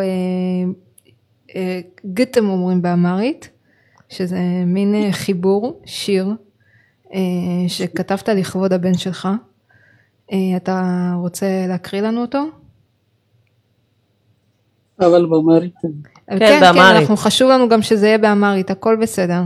גתם אומרים באמרית, שזה מין חיבור, שיר, שכתבת לכבוד הבן שלך. אתה רוצה להקריא לנו אותו? אבל באמרית. כן, אנחנו חשוב לנו גם שזה יהיה באמרית, הכל בסדר.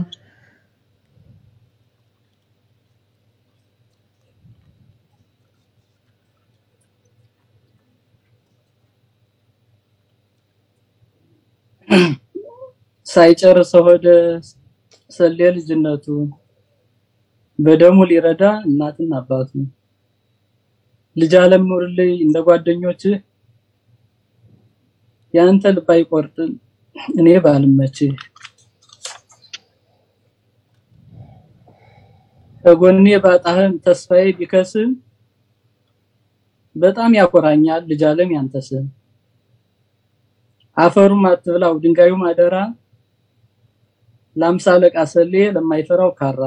ሳይጨርሰው ወደ ሰሌ ልጅነቱ በደሙ ሊረዳ እናትና አባቱ ልጅ ዓለም ኑርልኝ እንደ ጓደኞች ያንተ ልብ አይቆርጥም እኔ ባልመች ከጎኔ ባጣህም ተስፋዬ ቢከስም በጣም ያኮራኛል ልጅ ዓለም ያንተስም አፈሩም አትብላው ድንጋዩ ማደራ ላምሳ ለቃ ሰሌ ለማይፈራው ካራ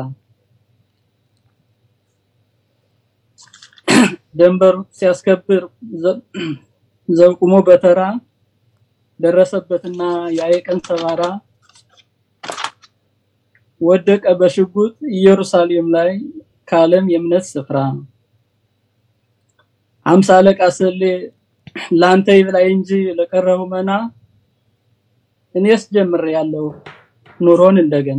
ደንበር ሲያስከብር ዘቁሞ በተራ ደረሰበትና ያየቀን ሰባራ ወደቀ በሽጉጥ ኢየሩሳሌም ላይ ካለም የእምነት ስፍራ አምሳ ለቃ ሰሌ ላንተ ይብላይ እንጂ ለቀረው መና እኔስ ጀምር ያለው ኑሮን እንደገና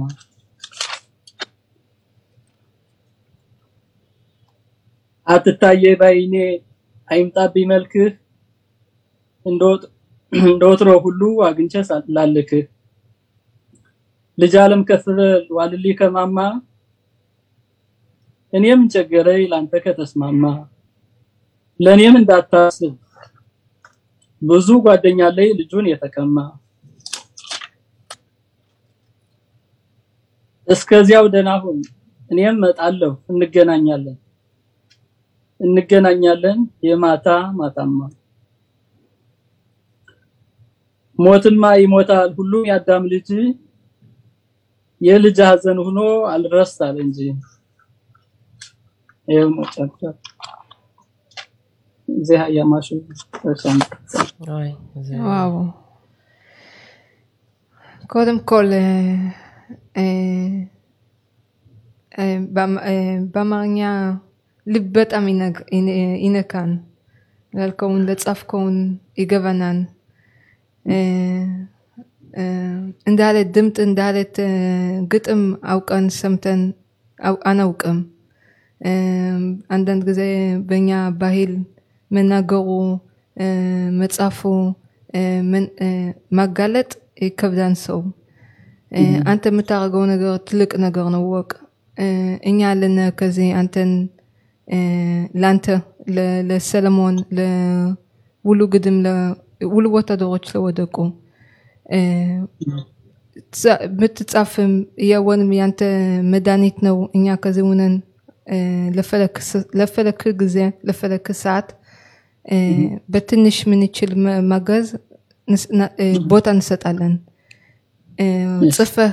አትታየ ባይኔ አይምጣብ መልክህ እንደወትሮ ሁሉ አግንቸ ሳላልክ ልጅ ዓለም ከፍበል ዋልልይ ከማማ እኔም ቸገረይ ላንተ ከተስማማ ለኔም እንዳታስብ ብዙ ጓደኛ ላይ ልጁን የተቀማ እስከዚያው ደናሁን እኔም መጣለሁ እንገናኛለን የማታ ማታማ ሞትማ ይሞታል ሁሉም ያዳም ልጅ የልጅ ሐዘን ሆኖ አልረሳል እንጂ የሞቻቻ እዚህ ያማሹ וואו. קודם כל, במרניה ልበት አሚነግ ኢነካን ላልከውን ለጻፍከውን ይገባናን እንዳለት ድምጥ እንዳለት ግጥም አውቀን ሰምተን አናውቅም አንዳንድ ጊዜ በእኛ ባህል መናገሩ መጻፉ ማጋለጥ ይከብዳን ሰው አንተ የምታረገው ነገር ትልቅ ነገር ነው ወቅ እኛ አለና ከዚህ አንተን ላንተ ለሰለሞን ለውሉ ግድም ለውሉ ወታደሮች ለወደቁ ብትጻፍም ያወንም ያንተ መድኃኒት ነው እኛ ከዚህ ሆነን ለፈለክ ጊዜ ለፈለክ ሰዓት በትንሽ ምንችል ማገዝ ቦታ እንሰጣለን ጽፈህ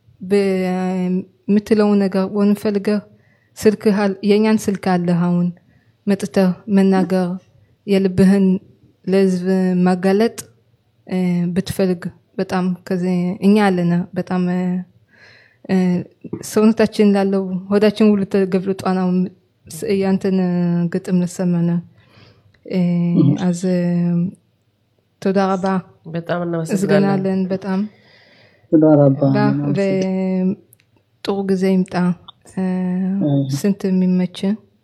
በምትለው ነገር ወንፈልገህ ስልክህ የኛን ስልክ አለ አሁን መጥተህ መናገር የልብህን ለህዝብ ማጋለጥ ብትፈልግ በጣም ከዚህ እኛ አለና በጣም ሰውነታችን ላለው ሆዳችን ሁሉ ተገብልጧናው ያንተን ግጥም ለሰማና אז תודה רבה በጣም እናመሰግናለን በጣም תודה רבה וטור ጊዜ ይምጣ ስንት የሚመች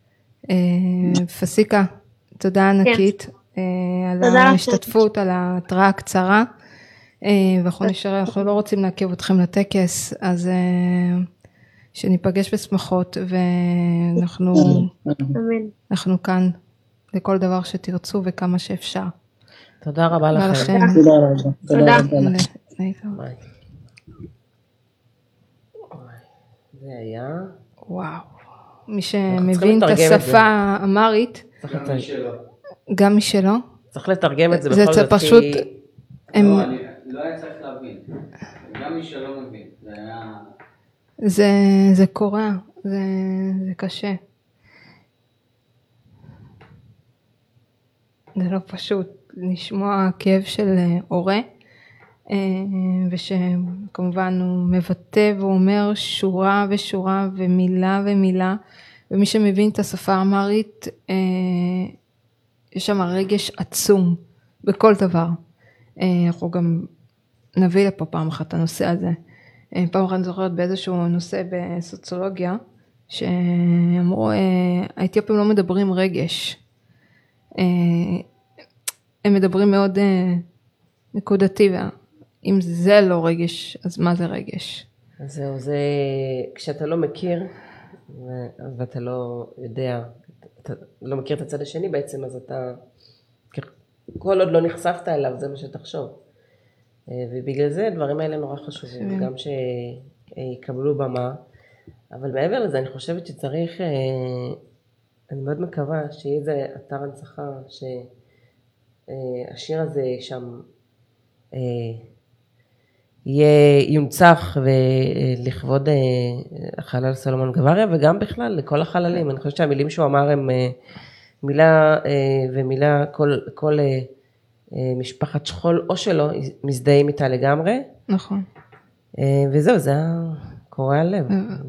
פסיקה תודה ענקית על ההשתתפות על ההתראה הקצרה ואנחנו נשאר אנחנו לא רוצים לעכב אתכם לטקס אז שניפגש בשמחות ואנחנו כאן לכל דבר שתרצו וכמה שאפשר. תודה רבה לכם. תודה רבה. זה היה. וואו. מי שמבין את השפה האמרית. גם משלו. צריך לתרגם את זה בכל זאת. זה פשוט. לא היה צריך להבין. גם משלו מבין. זה היה. זה קורה, זה קשה. זה לא פשוט לשמוע כאב של הורה, ושכמובן הוא מבטא ואומר שורה ושורה ומילה ומילה, ומי שמבין את השפה האמרית, יש שם רגש עצום בכל דבר. אנחנו גם נביא לפה פעם אחת את הנושא הזה. פעם אחת אני זוכרת באיזשהו נושא בסוציולוגיה, שאמרו, האתיופים לא מדברים רגש. הם מדברים מאוד נקודתי, אם זה לא רגש, אז מה זה רגש? אז זהו, זה כשאתה לא מכיר, ואתה לא יודע, אתה לא מכיר את הצד השני בעצם, אז אתה, כל עוד לא נחשפת אליו, זה מה שתחשוב. ובגלל זה הדברים האלה נורא חשובים, גם שיקבלו במה, אבל מעבר לזה אני חושבת שצריך, אני מאוד מקווה שיהיה איזה אתר הנצחה, שהשיר הזה שם יונצח ולכבוד החלל סלומון גבריה, וגם בכלל לכל החללים. אני חושבת שהמילים שהוא אמר הם מילה ומילה, כל משפחת שכול או שלא מזדהים איתה לגמרי. נכון. וזהו, זה קורע הלב.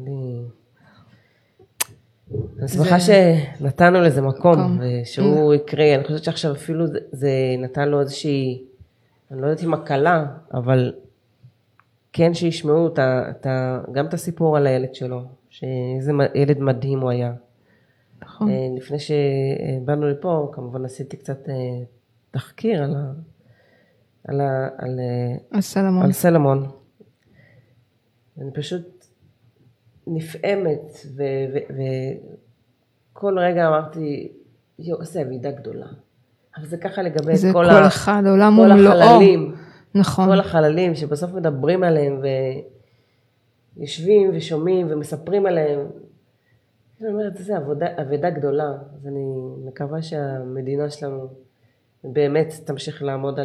אני שמחה שנתנו לזה מקום, ושהוא יקרה. אני חושבת שעכשיו אפילו זה נתן לו איזושהי, אני לא יודעת אם הקלה, אבל כן שישמעו גם את הסיפור על הילד שלו, שאיזה ילד מדהים הוא היה. נכון. לפני שבאנו לפה, כמובן עשיתי קצת תחקיר על סלומון. אני פשוט נפעמת, וכל רגע אמרתי, איזה אבידה גדולה. אבל זה ככה לגבי כל אחד, העולם ומלואו. החללים. נכון. כל החללים שבסוף מדברים עליהם, ויושבים ושומעים ומספרים עליהם. אני אומרת, זה אבידה גדולה. אז אני מקווה שהמדינה שלנו באמת תמשיך לעמוד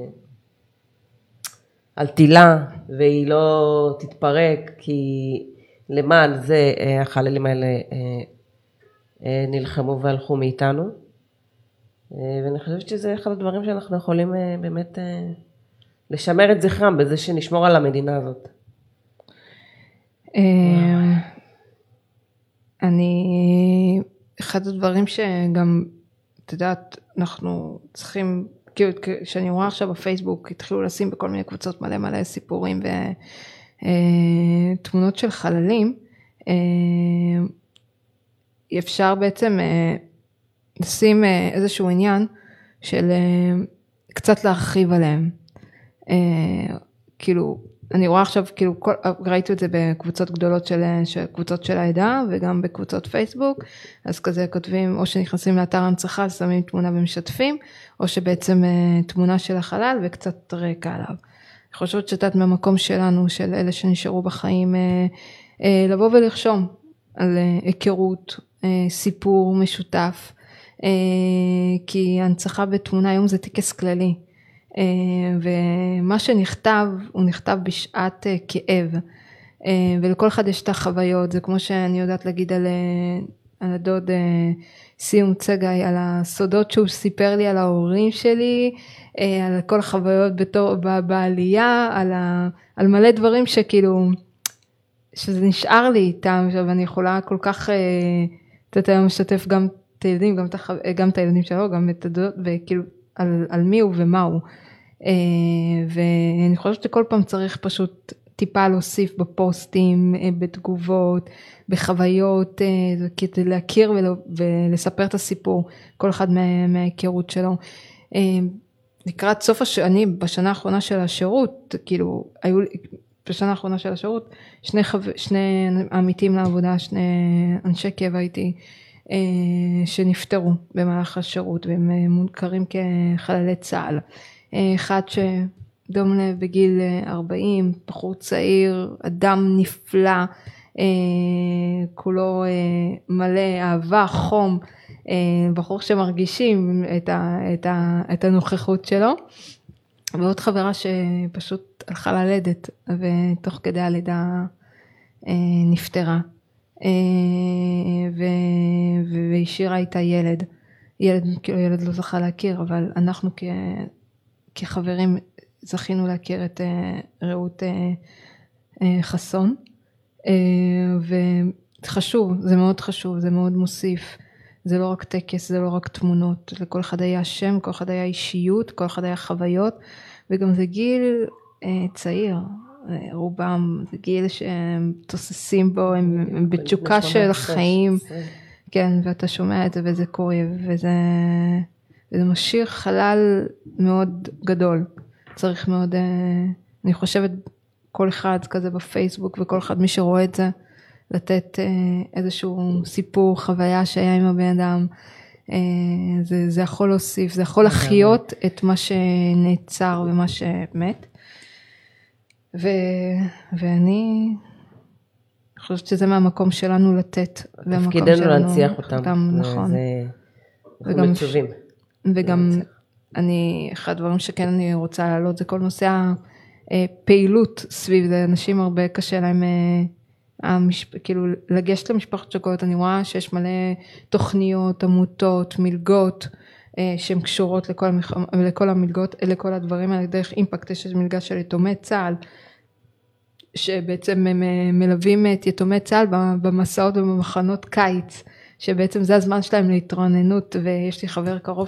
על תילה, והיא לא תתפרק, כי למען זה החללים האלה נלחמו והלכו מאיתנו. ואני חושבת שזה אחד הדברים שאנחנו יכולים באמת לשמר את זכרם, בזה שנשמור על המדינה הזאת. אחד הדברים שגם, את יודעת, אנחנו צריכים, כאילו, כשאני רואה עכשיו בפייסבוק, התחילו לשים בכל מיני קבוצות מלא סיפורים ותמונות של חללים, אפשר בעצם לשים איזשהו עניין של קצת להרחיב עליהם. כאילו, אני רואה עכשיו, כאילו, ראיתי את זה בקבוצות גדולות קבוצות של העדה, וגם בקבוצות פייסבוק, אז כזה כותבים, או שנכנסים לאתר הנצחה, שמים תמונה ומשתפים, או שבעצם תמונה של החלל, וקצת רקע עליו. אני חושבת שתת מהמקום שלנו, של אלה שנשארו בחיים, לבוא ולחשום על היכרות, סיפור משותף, כי הנצחה בתמונה היום זה טקס כללי, ומה שנכתב, הוא נכתב בשעת כאב, ולכל אחד יש את החוויות, זה כמו שאני יודעת להגיד על הדוד סיום צגאי, על הסודות שהוא סיפר לי על ההורים שלי, על כל החוויות בעלייה, על מלא דברים שכאילו, שזה נשאר לי איתם, ואני יכולה כל כך, אתה משתף גם את הילדים, גם את הילדים שלו, גם את הדוד, וכאילו, על מי הוא ומה הוא. ואני חושבת שכל פעם צריך פשוט טיפה להוסיף בפוסטים, בתגובות, בחוויות, כדי להכיר ולספר את הסיפור, כל אחד מההיכרות שלו. לקראת סוף אני בשנה האחרונה של השירות, כאילו, היו בשנה האחרונה של השירות, שני עמיתים לעבודה, שני אנשי קבע איתי, שנפטרו במהלך השירות, והם מוכרים כחללי צה"ל. אחד שדום לב בגיל 40, בחור צעיר, אדם נפלא, כולו מלא אהבה, חום, בחור שמרגישים את הנוכחות שלו. ועוד חברה שפשוט הלכה ללדת, ותוך כדי הלידה נפטרה, והשאירה איתה ילד, כאילו ילד לא זכה להכיר, אבל אנחנו כחברים זכינו להכיר את רעות חסון, וחשוב, זה מאוד חשוב, זה מאוד מוסיף, זה לא רק טקס, זה לא רק תמונות, לכל אחד היה שם, כל אחד היה אישיות, כל אחד היה חוויות, וגם זה גיל צעיר, רובם, זה גיל שהם תוססים בו, הם בתשוקה של החיים, כן, ואתה שומע את זה וזה כואב, וזה משאיר חלל מאוד גדול, צריך מאוד, אני חושבת כל אחד כזה בפייסבוק, וכל אחד מי שרואה את זה, לתת איזשהו סיפור, חוויה שהיה עם הבן אדם, זה יכול להוסיף, זה יכול לחיות את מה שנעצר ומה שמת, ואני חושבת שזה מהמקום שלנו לתת, תפקידנו להנציח אותם, נכון. אנחנו מצווים. וגם אני, אחד הדברים שכן אני רוצה להעלות, זה כל נושא הפעילות סביב זה, אנשים הרבה קשה להם, כאילו לגשת למשפחת שכולות, אני רואה שיש מלא תוכניות, עמותות, מלגות, שהן קשורות לכל המלגות, לכל הדברים האלה, דרך אימפקט, יש מלגה של יתומי צה"ל, שבעצם הם מלווים את יתומי צה"ל במסעות ובמחנות קיץ, שבעצם זה הזמן שלהם להתרעננות, ויש לי חבר קרוב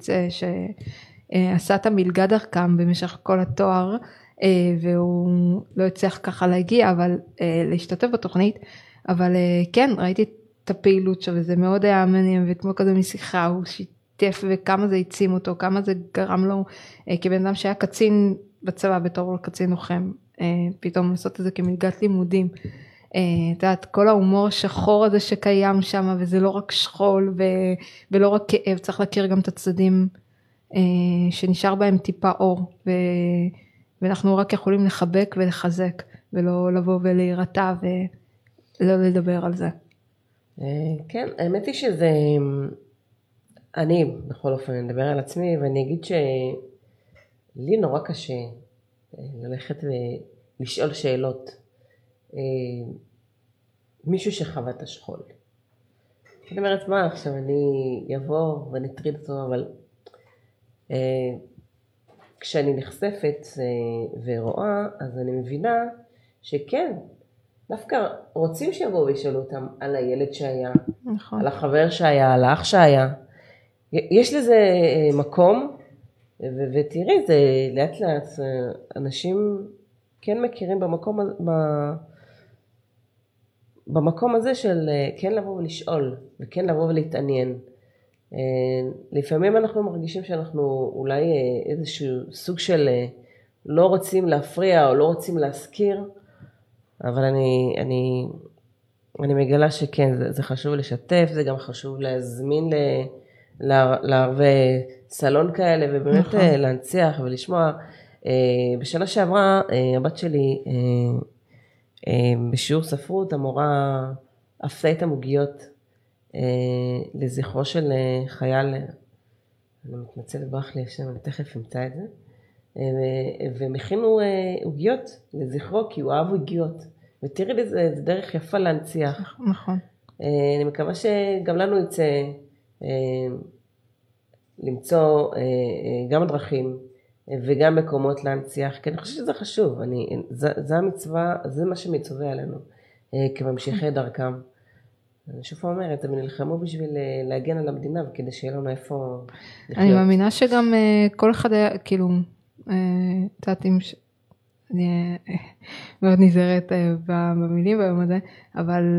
שעשה את המלגה דרכם במשך כל התואר, והוא לא הצליח ככה להגיע, אבל להשתתף בתוכנית, אבל כן, ראיתי את הפעילות שלו, וזה מאוד היה מעניין, ואתמול כזה משיחה, הוא שיתף וכמה זה העצים אותו, כמה זה גרם לו, כבן אדם שהיה קצין בצבא, בתור קצין לוחם, פתאום לעשות את זה כמלגת לימודים, את יודעת, כל ההומור השחור הזה שקיים שם, וזה לא רק שכול, ולא רק כאב, צריך להכיר גם את הצדדים, שנשאר בהם טיפה אור, ואנחנו רק יכולים לחבק ולחזק, ולא לבוא ולהירתע, ולא לדבר על זה. כן, האמת היא שזה, אני בכל אופן אדבר על עצמי, ואני אגיד שלי נורא קשה ללכת ולשאול שאלות, מישהו שחווה את השכול. אני אומרת, מה עכשיו, אני אבוא ונטריד אותו, אבל כשאני נחשפת ורואה, אז אני מבינה שכן, דווקא רוצים שיבואו וישאלו אותם על הילד שהיה, נכון. על החבר שהיה, על האח שהיה. יש לזה מקום, ותראי, זה לאט לאט, אנשים כן מכירים במקום הזה של כן לבוא ולשאול, וכן לבוא ולהתעניין. לפעמים אנחנו מרגישים שאנחנו אולי איזשהו סוג של לא רוצים להפריע או לא רוצים להזכיר, אבל אני מגלה שכן, זה חשוב לשתף, זה גם חשוב להזמין לערבי סלון כאלה, ובאמת להנציח ולשמוע. בשנה שעברה הבת שלי בשיעור ספרות, המורה עשתה את המוגיות לזכרו של חייל, אני מתנצלת, ברח לי השם, אני תכף אמצא את זה, והם הכינו עוגיות לזכרו, כי הוא אהב עוגיות, ותראי לי, זה דרך יפה להנציח. נכון. אני מקווה שגם לנו יצא למצוא גם דרכים, וגם מקומות להנציח, כי אני חושבת שזה חשוב, זה המצווה, זה מה שמצווה עלינו, כממשיכי דרכם. אני שוב אומרת, הם נלחמו בשביל להגן על המדינה, וכדי שיהיה לנו איפה לחיות. אני מאמינה שגם כל אחד היה, כאילו, תעתי, אני מאוד נזהרת במילים ביום הזה, אבל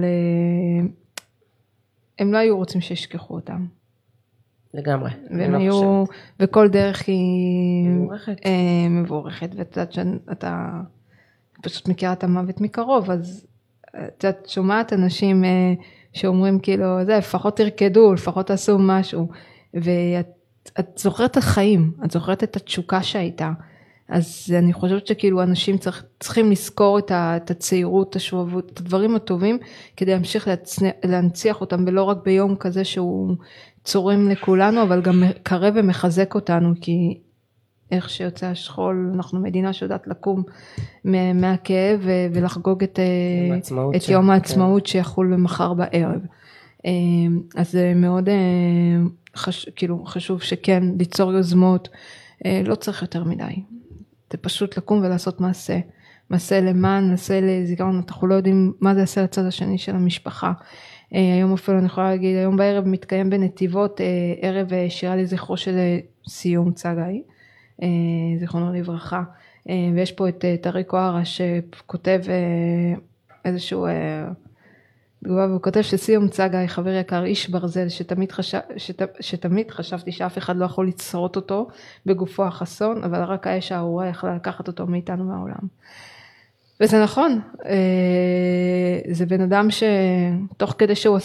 הם לא היו רוצים שישכחו אותם. לגמרי. והם היו, וכל דרך היא מבורכת, ואת יודעת שאתה פשוט מכירה את המוות מקרוב, אז את שומעת אנשים שאומרים כאילו, זה, לפחות תרקדו, לפחות תעשו משהו, ואת זוכרת את החיים, את זוכרת את התשוקה שהייתה, אז אני חושבת שכאילו אנשים צריכים לזכור את הצעירות, את השואבות, את הדברים הטובים, כדי להמשיך להנציח אותם, ולא רק ביום כזה שהוא צורם לכולנו, אבל גם קרב ומחזק אותנו, כי איך שיוצא השכול, אנחנו מדינה שיודעת לקום מהכאב ולחגוג את יום העצמאות שיחול מחר בערב. אז זה מאוד כאילו חשוב שכן ליצור יוזמות, לא צריך יותר מדי. זה פשוט לקום ולעשות מעשה למען, מעשה לזיכרון, אנחנו לא יודעים מה זה עשה לצד השני של המשפחה. היום אפילו אני יכולה להגיד, היום בערב מתקיים בנתיבות ערב שירה לזכרו של סיום צגאי, זיכרונו לברכה, ויש פה את טריקו ארה שכותב איזשהו תגובה, והוא כותב שסיום צגאי חבר יקר, איש ברזל שתמיד חשבתי שאף אחד לא יכול לצרות אותו בגופו החסון, אבל רק האש הארורה יכלה לקחת אותו מאיתנו מהעולם. וזה נכון, זה בן אדם שתוך כדי שהוא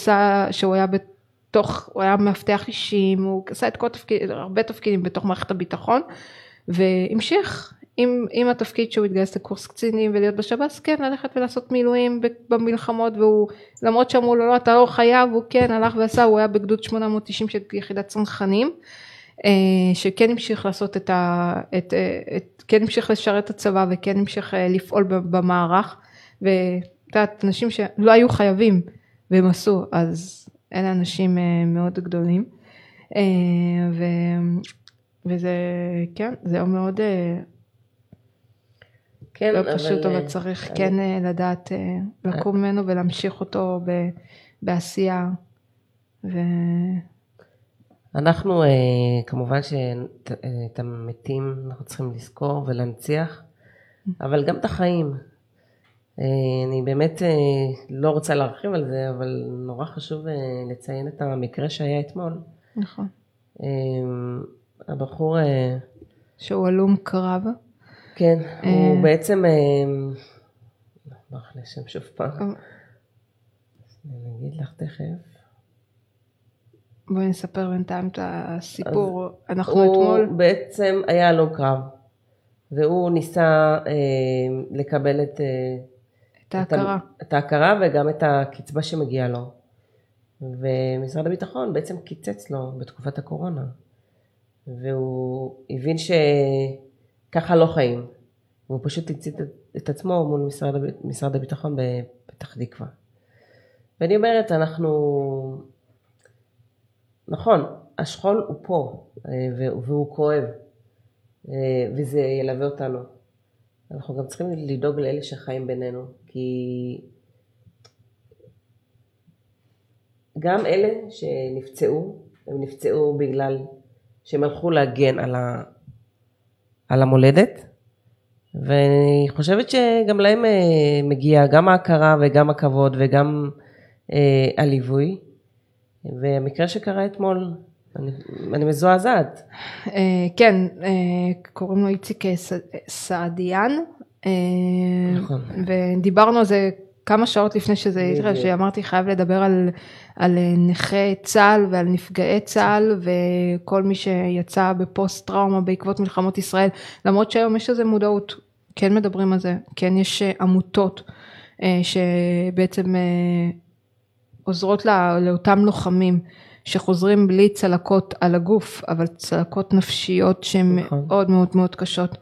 היה מפתח אישים, הוא עשה את הרבה תפקידים בתוך מערכת הביטחון, והמשיך עם התפקיד שהוא התגייס לקורס קצינים ולהיות בשב"ס, כן, ללכת ולעשות מילואים במלחמות, והוא, למרות שאמרו לו, לא, אתה לא חייב, הוא כן הלך ועשה, הוא היה בגדוד 890 של יחידת צנחנים, שכן המשיך לעשות כן המשיך לשרת את הצבא, וכן המשיך לפעול במערך, ותעת, אנשים שלא היו חייבים, והם עשו, אז אלה אנשים מאוד גדולים, וזה, כן, זה מאוד כן, לא פשוט, אבל צריך כן לדעת לקום ממנו ולהמשיך אותו בעשייה. אנחנו כמובן שאת המתים אנחנו צריכים לזכור ולהנציח, אבל גם את החיים. אני באמת לא רוצה להרחיב על זה, אבל נורא חשוב לציין את המקרה שהיה אתמול. נכון. הבחור שהוא הלום קרב. כן, הוא בעצם, נשמח לשם שוב פעם, אני אגיד לך תכף. בואי נספר בינתיים את הסיפור. אנחנו אתמול, הוא בעצם היה הלום קרב, והוא ניסה לקבל את ההכרה וגם את הקצבה שמגיעה לו. ומשרד הביטחון בעצם קיצץ לו בתקופת הקורונה, והוא הבין שככה לא חיים, והוא פשוט הצית את עצמו מול משרד הביטחון בפתח תקווה. ואני אומרת, נכון, השכול הוא פה, והוא כואב, וזה ילווה אותנו. אנחנו גם צריכים לדאוג לאלה שחיים בינינו, כי גם אלה שנפצעו, הם נפצעו בגלל שהם הלכו להגן על המולדת, ואני חושבת שגם להם מגיע גם ההכרה וגם הכבוד וגם הליווי, והמקרה שקרה אתמול, אני מזועזעת. כן, קוראים לו איציק סעדיאן, נכון. ודיברנו על זה כמה שעות לפני שזה התחיל, שאמרתי חייב לדבר על נכי צה"ל ועל נפגעי צה"ל, וכל מי שיצא בפוסט טראומה בעקבות מלחמות ישראל, למרות שהיום יש איזו מודעות, כן מדברים על זה, כן יש עמותות שבעצם עוזרות לאותם לוחמים, שחוזרים בלי צלקות על הגוף, אבל צלקות נפשיות שהן מאוד מאוד מאוד קשות.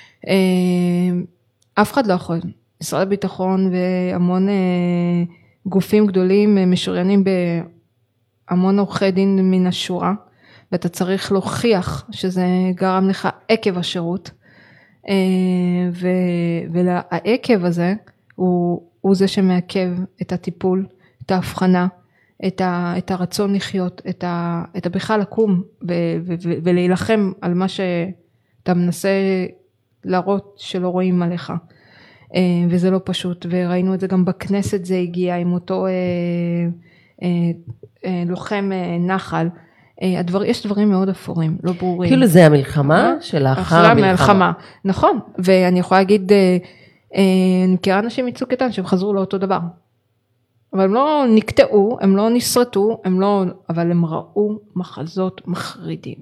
אף אחד לא יכול. משרד הביטחון והמון גופים גדולים משוריינים בהמון עורכי דין מן השורה, ואתה צריך להוכיח שזה גרם לך עקב השירות, והעקב הזה הוא זה שמעכב את הטיפול, את ההבחנה, את הרצון לחיות, את בכלל לקום ולהילחם על מה שאתה מנסה להראות שלא רואים עליך. וזה לא פשוט, וראינו את זה גם בכנסת, זה הגיע עם אותו לוחם נחל. יש דברים מאוד אפורים, לא ברורים. כאילו זה המלחמה שלאחר המלחמה. נכון, ואני יכולה להגיד, אני מכירה אנשים מצוק איתן שהם חזרו לאותו דבר. אבל הם לא נקטעו, הם לא נסרטו, אבל הם ראו מחזות מחרידים.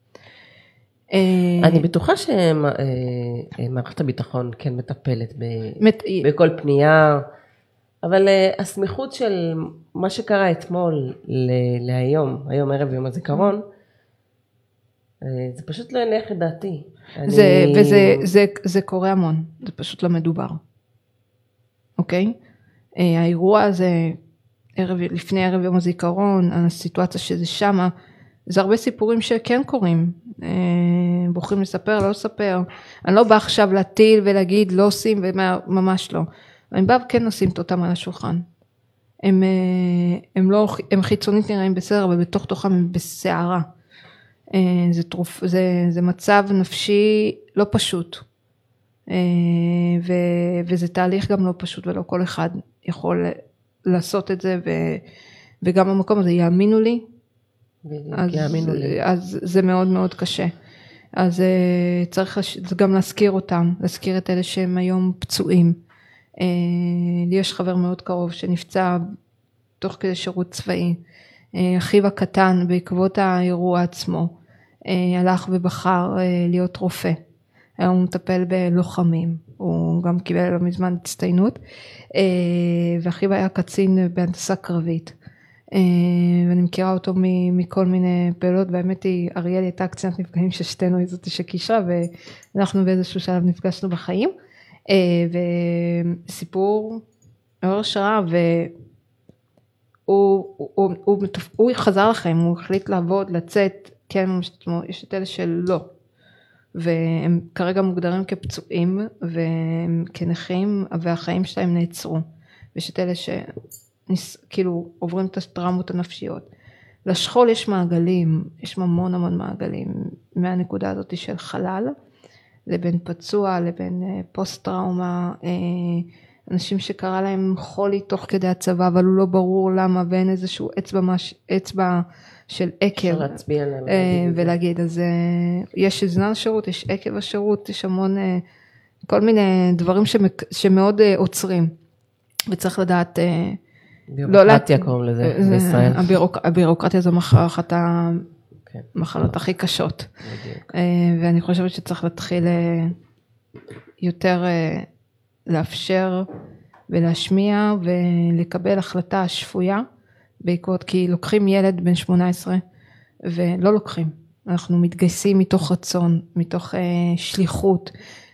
אני בטוחה שמערכת הביטחון כן מטפלת בכל פנייה, אבל הסמיכות של מה שקרה אתמול להיום, היום ערב יום הזיכרון, זה פשוט לא יניח את דעתי. וזה קורה המון, זה פשוט לא מדובר. אוקיי? האירוע הזה, לפני ערב יום הזיכרון, הסיטואציה שזה שמה, זה הרבה סיפורים שכן קורים, בוחרים לספר, לא לספר, אני לא בא עכשיו להטיל ולהגיד לא עושים, וממש לא, אני בא וכן נשים אותם על השולחן, הם חיצונית נראים בסדר, אבל בתוך תוכם הם בסערה, זה מצב נפשי לא פשוט, וזה תהליך גם לא פשוט, ולא כל אחד יכול לעשות את זה, וגם במקום הזה יאמינו לי, אז זה מאוד מאוד קשה. אז צריך גם להזכיר אותם, להזכיר את אלה שהם היום פצועים. לי יש חבר מאוד קרוב שנפצע תוך כדי שירות צבאי. אחיו הקטן בעקבות האירוע עצמו הלך ובחר להיות רופא. היום הוא מטפל בלוחמים, הוא גם קיבל לא מזמן הצטיינות, ואחיו היה קצין בהנדסה קרבית. ואני מכירה אותו מכל מיני פעולות, באמת היא, אריאל הייתה קצינת נפגעים ששתינו היא זאת שקישרה, ואנחנו באיזשהו שלב נפגשנו בחיים, וסיפור מאוד השראה, והוא חזר לחיים, הוא החליט לעבוד, לצאת, כן, יש את אלה שלא, והם כרגע מוגדרים כפצועים, והם כנכים, והחיים שלהם נעצרו, ויש את אלה כאילו עוברים את הטראומות הנפשיות. לשכול יש מעגלים, יש המון מעגלים, מהנקודה הזאת של חלל, לבין פצוע, לבין פוסט טראומה, אנשים שקרה להם חולי תוך כדי הצבא, אבל הוא לא ברור למה, ואין איזשהו אצבע של עקב, ולהגיד, אז יש זמן השירות, יש עקב השירות, יש המון, כל מיני דברים שמאוד עוצרים, וצריך לדעת, בירוקרטיה קוראים לזה בישראל. הבירוקרטיה זו אחת המחלות הכי קשות. ואני חושבת שצריך להתחיל יותר לאפשר ולהשמיע ולקבל החלטה שפויה בעקבות, כי לוקחים ילד בן 18 ולא לוקחים. אנחנו מתגייסים מתוך רצון, מתוך שליחות,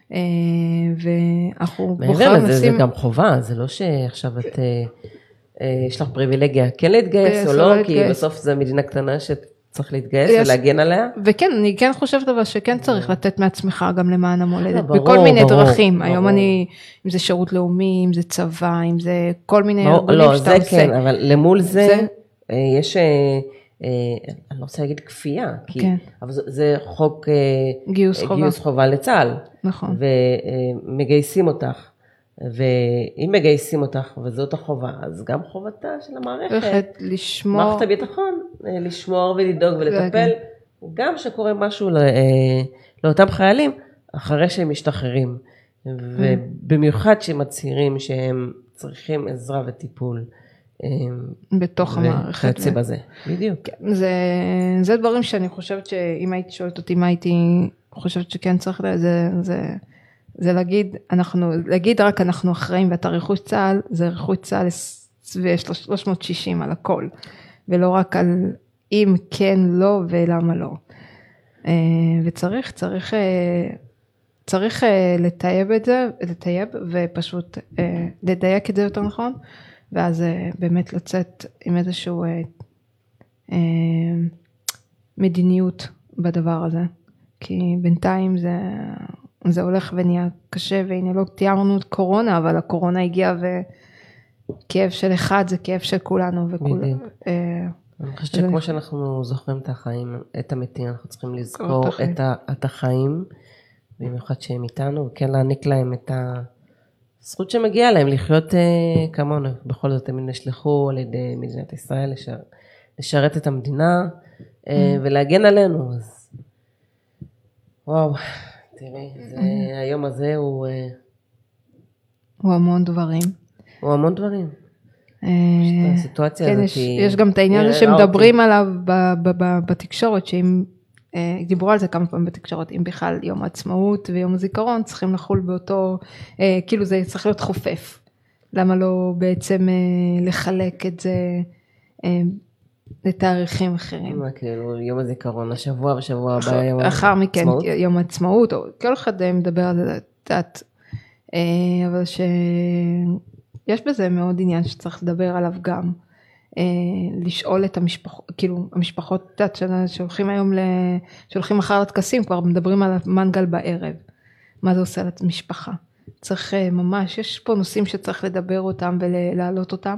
ואנחנו מעבר לזה זה גם חובה, זה לא שעכשיו את יש לך פריבילגיה כן להתגייס או לא, כי בסוף זה מדינה קטנה שצריך להתגייס ולהגן עליה. וכן, אני כן חושבת אבל שכן צריך לתת מעצמך גם למען המולדת, בכל מיני דרכים. היום אני, אם זה שירות לאומי, אם זה צבא, אם זה כל מיני ארגונים שאתה עושה. כן, אבל למול זה יש, אני לא רוצה להגיד כפייה, אבל זה חוק גיוס חובה לצה"ל. נכון. ומגייסים אותך. ואם מגייסים אותך וזאת החובה, אז גם חובתה של המערכת, מערכת הביטחון, לשמור ולדאוג ולטפל, גם שקורה משהו לאותם חיילים, אחרי שהם משתחררים, ובמיוחד שהם מצהירים שהם צריכים עזרה וטיפול, בתוך המערכת. וכיוצא בזה, בדיוק. זה דברים שאני חושבת שאם הייתי שואלת אותי מה הייתי חושבת שכן צריך, זה להגיד רק אנחנו אחראים, ואתה רכוש צה"ל, זה רכוש צה"ל ו-360 על הכל, ולא רק על אם כן, לא ולמה לא. וצריך לטייב את זה, ופשוט לדייק את זה יותר נכון, ואז באמת לצאת עם איזשהו מדיניות בדבר הזה, כי בינתיים זה הולך ונהיה קשה, והנה לא תיארנו את קורונה, אבל הקורונה הגיעה, וכאב של אחד זה כאב של כולנו, וכולנו. אני חושבת שכמו שאנחנו זוכרים את החיים, את המתים, אנחנו צריכים לזכור את החיים, במיוחד שהם איתנו, וכן להעניק להם את הזכות שמגיעה להם, לחיות כמונו. בכל זאת הם נשלחו על ידי מדינת ישראל, לשרת את המדינה, ולהגן עלינו. אז וואו. תראי, היום הזה הוא המון דברים. הוא המון דברים. הסיטואציה הזאת יש גם את העניין הזה שמדברים עליו בתקשורת, שאם דיברו על זה כמה פעמים בתקשורת, אם בכלל יום העצמאות ויום הזיכרון צריכים לחול באותו, כאילו זה צריך להיות חופף. למה לא בעצם לחלק את זה לתאריכים אחרים. מה, כאילו, יום הזיכרון, השבוע ושבוע הבא, יום אחר מכן, העצמאות? יום העצמאות, או כל אחד מדבר על זה, אבל שיש בזה מאוד עניין שצריך לדבר עליו גם, לשאול את המשפחות, כאילו המשפחות שהולכים היום, שהולכים אחר לטקסים, כבר מדברים על המנגל בערב, מה זה עושה למשפחה. צריך ממש, יש פה נושאים שצריך לדבר אותם ולהעלות אותם,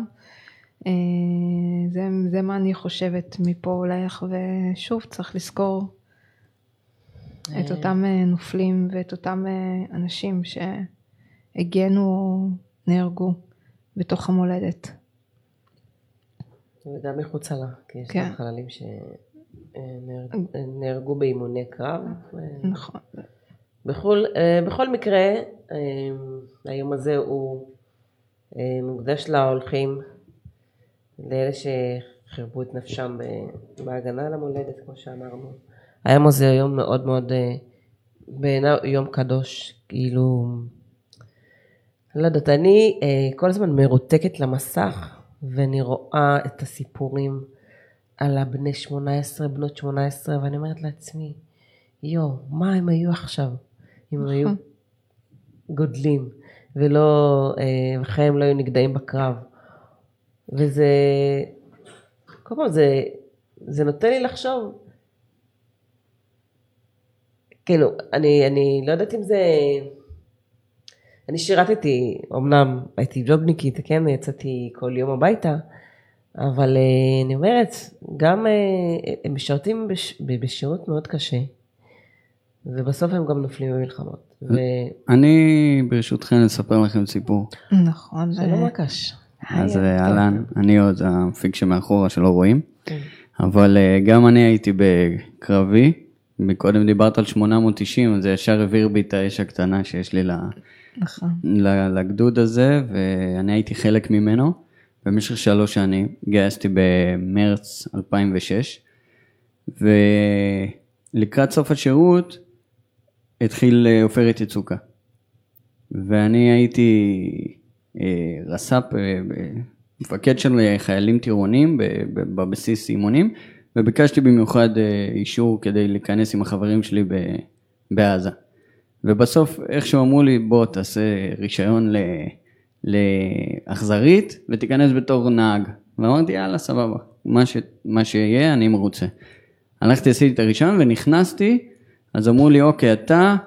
זה מה אני חושבת מפה הולך, ושוב צריך לזכור את אותם נופלים ואת אותם אנשים שהגנו, נהרגו בתוך המולדת. וגם מחוצה לה, כי יש גם חללים שנהרגו באימוני קרב. נכון. בכל מקרה, היום הזה הוא מוקדש להולכים, לאלה שחרבו את נפשם בהגנה על המולדת, כמו שאמרנו. היום הזה יום מאוד מאוד, בעיניי יום קדוש, כאילו, לא יודעת, אני כל הזמן מרותקת למסך, ואני רואה את הסיפורים על הבני 18, בנות 18, ואני אומרת לעצמי, מה הם היו עכשיו? אם הם היו גודלים, וחיים לא היו נגדעים בקרב. וזה, כל פעם, זה נותן לי לחשוב, כאילו, אני לא יודעת אם זה, אני שירתתי, אמנם הייתי ג'ובניקית, כן, יצאתי כל יום הביתה, אבל אני אומרת, גם הם משרתים בשירות מאוד קשה, ובסוף הם גם נופלים במלחמות. אני ברשותכם אספר לכם סיפור. נכון. שלום מקש. אז אלן, אני עוד המפיק שמאחורה שלא רואים, אבל גם אני הייתי בקרבי, מקודם דיברת על 890, אז זה ישר העביר בי את האש הקטנה שיש לי לגדוד הזה, ואני הייתי חלק ממנו, במשך 3 שנים, גייסתי במרץ 2006, ולקראת סוף השירות, התחיל עופרת יצוקה, ואני הייתי רס"פ, מפקד של חיילים טירונים בבסיס אימונים, וביקשתי במיוחד אישור כדי להיכנס עם החברים שלי בעזה. ובסוף איכשהו אמרו לי, בוא תעשה רישיון לאכזרית ותיכנס בתור נהג. ואמרתי, יאללה, סבבה, מה שיהיה אני מרוצה. הלכתי, עשיתי את הרישיון ונכנסתי, אז אמרו לי, אוקיי, אתה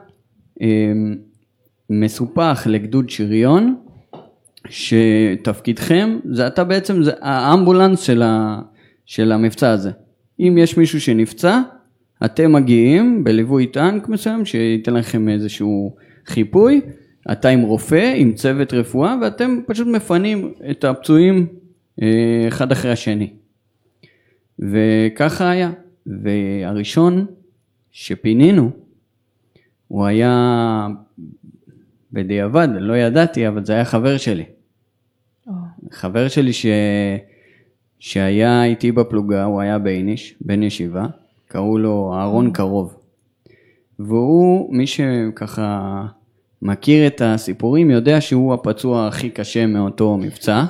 מסופח לגדוד שריון, שתפקידכם, זה אתה בעצם, זה האמבולנס של המבצע הזה. אם יש מישהו שנפצע, אתם מגיעים בליווי טנק מסוים, שייתן לכם איזשהו חיפוי, אתה עם רופא, עם צוות רפואה, ואתם פשוט מפנים את הפצועים אחד אחרי השני. וככה היה. והראשון שפינינו, הוא היה בדיעבד, לא ידעתי, אבל זה היה חבר שלי. חבר שלי שהיה איתי בפלוגה, הוא היה בעיניש, בן ישיבה, קראו לו אהרון קרוב. והוא, מי שככה מכיר את הסיפורים, יודע שהוא הפצוע הכי קשה מאותו מבצע.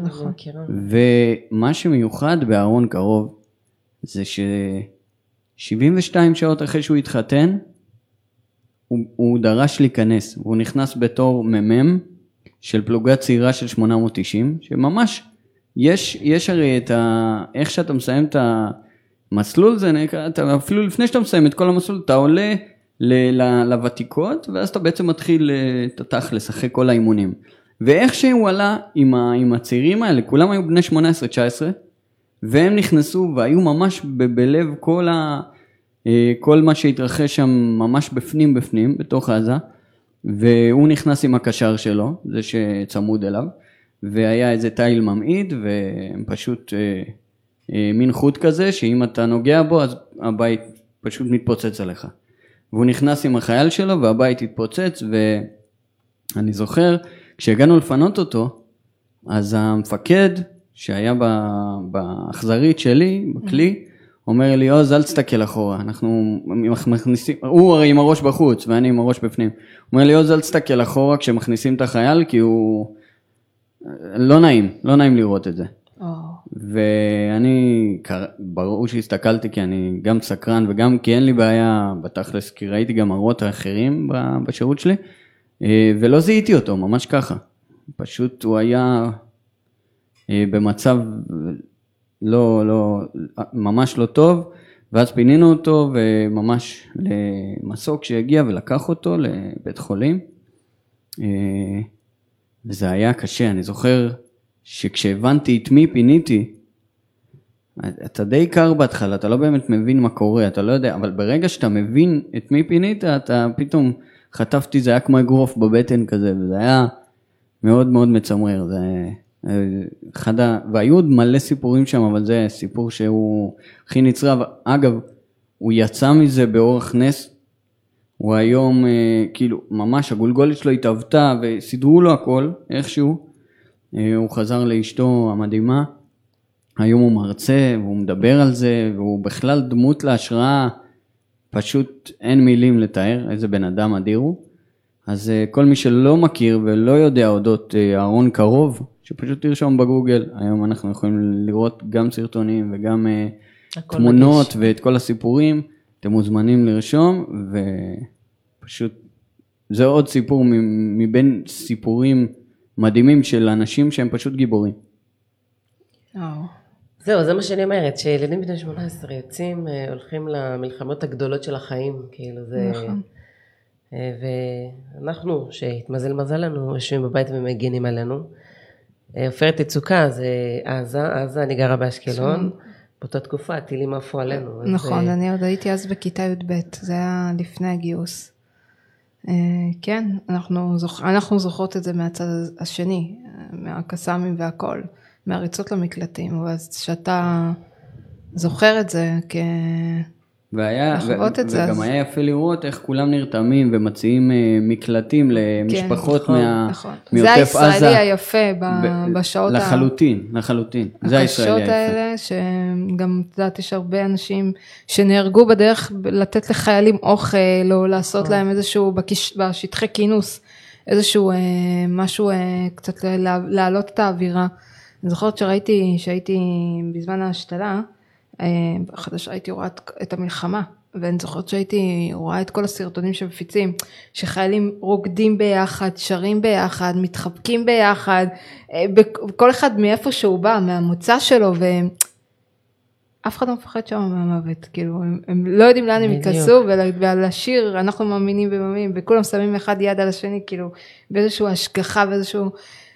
ומה שמיוחד באהרון קרוב, זה ש72 שעות אחרי שהוא התחתן, הוא דרש להיכנס, והוא נכנס בתור ממם של פלוגה צעירה של 890, שממש יש הרי את איך שאתה מסיים את המסלול, זה נקרא, אפילו לפני שאתה מסיים את כל המסלול, אתה עולה לוותיקות, ואז אתה בעצם מתחיל תתחלס אחרי כל האימונים. ואיך שהוא עלה עם הצעירים האלה, כולם היו בני 18-19, והם נכנסו והיו ממש בלב כל מה שהתרחש שם ממש בפנים, בתוך עזה, והוא נכנס עם הקשר שלו, זה שצמוד אליו, והיה איזה תיל ממעיד, והם פשוט מין חוט כזה, שאם אתה נוגע בו, אז הבית פשוט מתפוצץ עליך. והוא נכנס עם החייל שלו, והבית התפוצץ, ואני זוכר, כשהגענו לפנות אותו, אז המפקד, שהיה באכזרית שלי, בכלי, אומר לי, עוז, אל תסתכל אחורה, אנחנו מכניסים, הוא הרי עם הראש בחוץ, ואני עם הראש בפנים. הוא אומר לי, עוז, אל תסתכל אחורה כשמכניסים את החייל, כי הוא לא נעים לראות את זה. ואני, ברור שהסתכלתי כי אני גם סקרן וגם כי אין לי בעיה בתכלס, כי ראיתי גם מראות האחרים בשירות שלי, ולא זיהיתי אותו, ממש ככה. פשוט הוא היה במצב ממש לא טוב, ואז פינינו אותו וממש למסוק שהגיע ולקח אותו לבית חולים, וזה היה קשה. אני זוכר שכשהבנתי את מי פיניתי, אתה די קר בהתחלה, אתה לא באמת מבין מה קורה, אתה לא יודע, אבל ברגע שאתה מבין את מי פינית, אתה פתאום חטפתי, זה היה כמו אגרוף בבטן כזה, וזה היה מאוד מאוד מצמרר, זה והיו עוד מלא סיפורים שם, אבל זה סיפור שהוא הכי נצרב. אגב, הוא יצא מזה באורח נס, הוא היום כאילו ממש הגולגולת שלו התאבטה וסידרו לו הכל איכשהו, הוא חזר לאשתו המדהימה, היום הוא מרצה והוא מדבר על זה, והוא בכלל דמות להשראה, פשוט אין מילים לתאר איזה בן אדם אדיר הוא. אז כל מי שלא מכיר ולא יודע אודות אהרון קרוב, שפשוט תרשום בגוגל, היום אנחנו יכולים לראות גם סרטונים וגם תמונות מגיש. ואת כל הסיפורים, אתם מוזמנים לרשום, ופשוט זה עוד סיפור מבין סיפורים מדהימים של אנשים שהם פשוט גיבורים. זהו, זה מה שאני אומרת, שילדים בני 18 יוצאים, הולכים למלחמות הגדולות של החיים, כאילו זה... נכון. ואנחנו, שהתמזל מזל לנו, יושבים בבית ומגינים עלינו. עופרת יצוקה, זה עזה, אני גרה באשקלון, באותה תקופה, טילים עפו עלינו. נכון, אני עוד הייתי אז בכיתה י"ב, זה היה לפני הגיוס. כן, אנחנו זוכרות את זה מהצד השני, מהקסאמים והכל, מהריצות למקלטים, ואז שאתה זוכר את זה לחוות את זה. וגם היה יפה לראות איך כולם נרתמים ומציעים מקלטים למשפחות מעוטף עזה. זה הישראלי היפה בשעות לחלוטין. זה הישראלי היפה. הקשות האלה, שגם יודעת, יש הרבה אנשים שנהרגו בדרך לתת לחיילים אוכל, או לעשות להם איזשהו, בשטחי כינוס, איזשהו משהו קצת להעלות את האווירה. אני זוכרת שהייתי בזמן ההשתלה, בחדש הייתי רואה את המלחמה, ואני זוכרת שהייתי רואה את כל הסרטונים שמפיצים, שחיילים רוקדים ביחד, שרים ביחד, מתחבקים ביחד, כל אחד מאיפה שהוא בא, מהמוצא שלו, ואף אחד לא מפחד שם מהמוות, כאילו, הם לא יודעים לאן הם ייכנסו, ולשיר, אנחנו מאמינים ומאמינים, וכולם שמים אחד יד על השני, כאילו, באיזשהו השגחה, באיזשהו...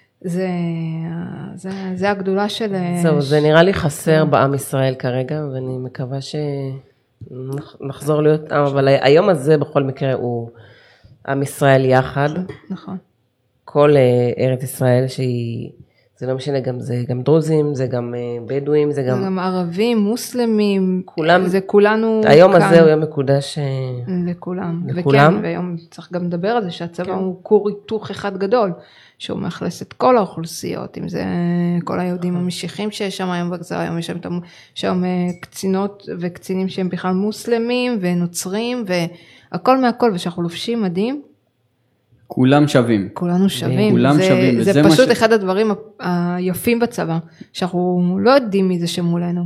זה הגדולה של... זהו, זה נראה לי חסר בעם ישראל כרגע, ואני מקווה שנחזור להיות עם, אבל היום הזה בכל מקרה הוא עם ישראל יחד. נכון. כל ארץ ישראל שהיא, זה לא משנה, זה גם דרוזים, זה גם בדואים, זה גם ערבים, מוסלמים, זה כולנו כאן. היום הזה הוא יום מקודש לכולם. וכן, והיום צריך גם לדבר על זה, שהצבא הוא כור היתוך אחד גדול. שהוא מאכלס את כל האוכלוסיות, אם זה כל היהודים המשיחים שיש שם היום בגזר, היום יש שם קצינות וקצינים שהם בכלל מוסלמים ונוצרים, והכל מהכל, ושאנחנו לובשים מדים. כולם שווים. כולנו שווים. זה פשוט אחד הדברים היפים בצבא, שאנחנו לא יודעים מי זה שמולנו.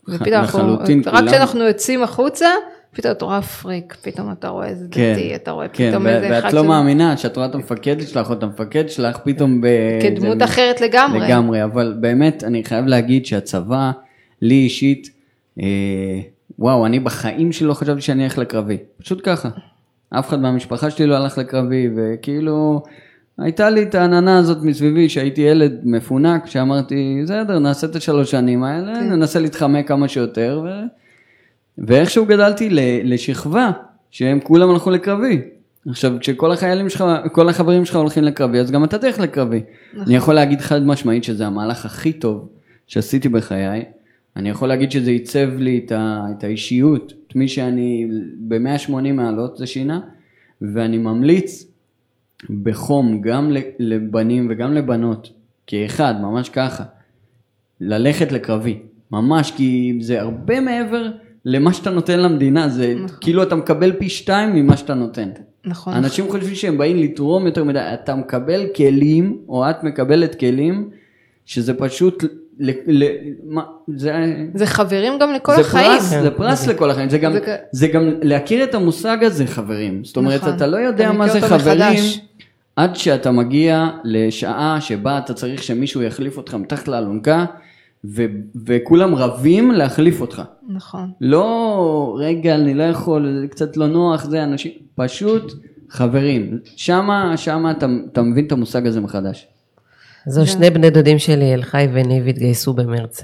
רק כשאנחנו יוצאים החוצה, פתאום אתה רואה פריק, פתאום אתה רואה איזה דתי, אתה רואה פתאום איזה אחד... ואת לא מאמינה שאת רואה את המפקד שלך, או את המפקד שלך, פתאום... כדמות אחרת לגמרי. לגמרי, אבל באמת אני חייב להגיד שהצבא, לי אישית, וואו, אני בחיים שלי לא חשבתי שאני הולך לקרבי. פשוט ככה. אף אחד מהמשפחה שלי לא הלך לקרבי, וכאילו... הייתה לי את העננה הזאת מסביבי, שהייתי ילד מפונק, שאמרתי, בסדר, נעשה את 3 שנים האלה, ננסה להתחמק כמה שיותר, ואיכשהו גדלתי לשכבה, שהם כולם הלכו לקרבי. עכשיו, כשכל החיילים שלך, כל החברים שלך הולכים לקרבי, אז גם אתה תלך לקרבי. אני יכול להגיד חד משמעית שזה המהלך הכי טוב שעשיתי בחיי. אני יכול להגיד שזה ייצב לי את האישיות, את מי שאני ב-180 מעלות זה שינה, ואני ממליץ בחום גם לבנים וגם לבנות, כאחד, ממש ככה, ללכת לקרבי. ממש, כי זה הרבה מעבר למה שאתה נותן למדינה, זה כאילו אתה מקבל פי 2 ממה שאתה נותן. נכון. אנשים חושבים שהם באים לתרום יותר מדי, אתה מקבל כלים, או את מקבלת כלים, שזה פשוט זה חברים גם לכל החיים. זה פרס לכל החיים, זה גם להכיר את המושג הזה חברים, זאת אומרת אתה לא יודע מה זה חברים, עד שאתה מגיע לשעה שבה אתה צריך שמישהו יחליף אותך מתחת לאלונקה, וכולם רבים להחליף אותך. נכון. לא, רגע, אני לא יכול, קצת לא נוח, זה אנשים, פשוט חברים. שמה אתה מבין את המושג הזה מחדש. זו שני בני דודים שלי, אלחי וניב, התגייסו במרץ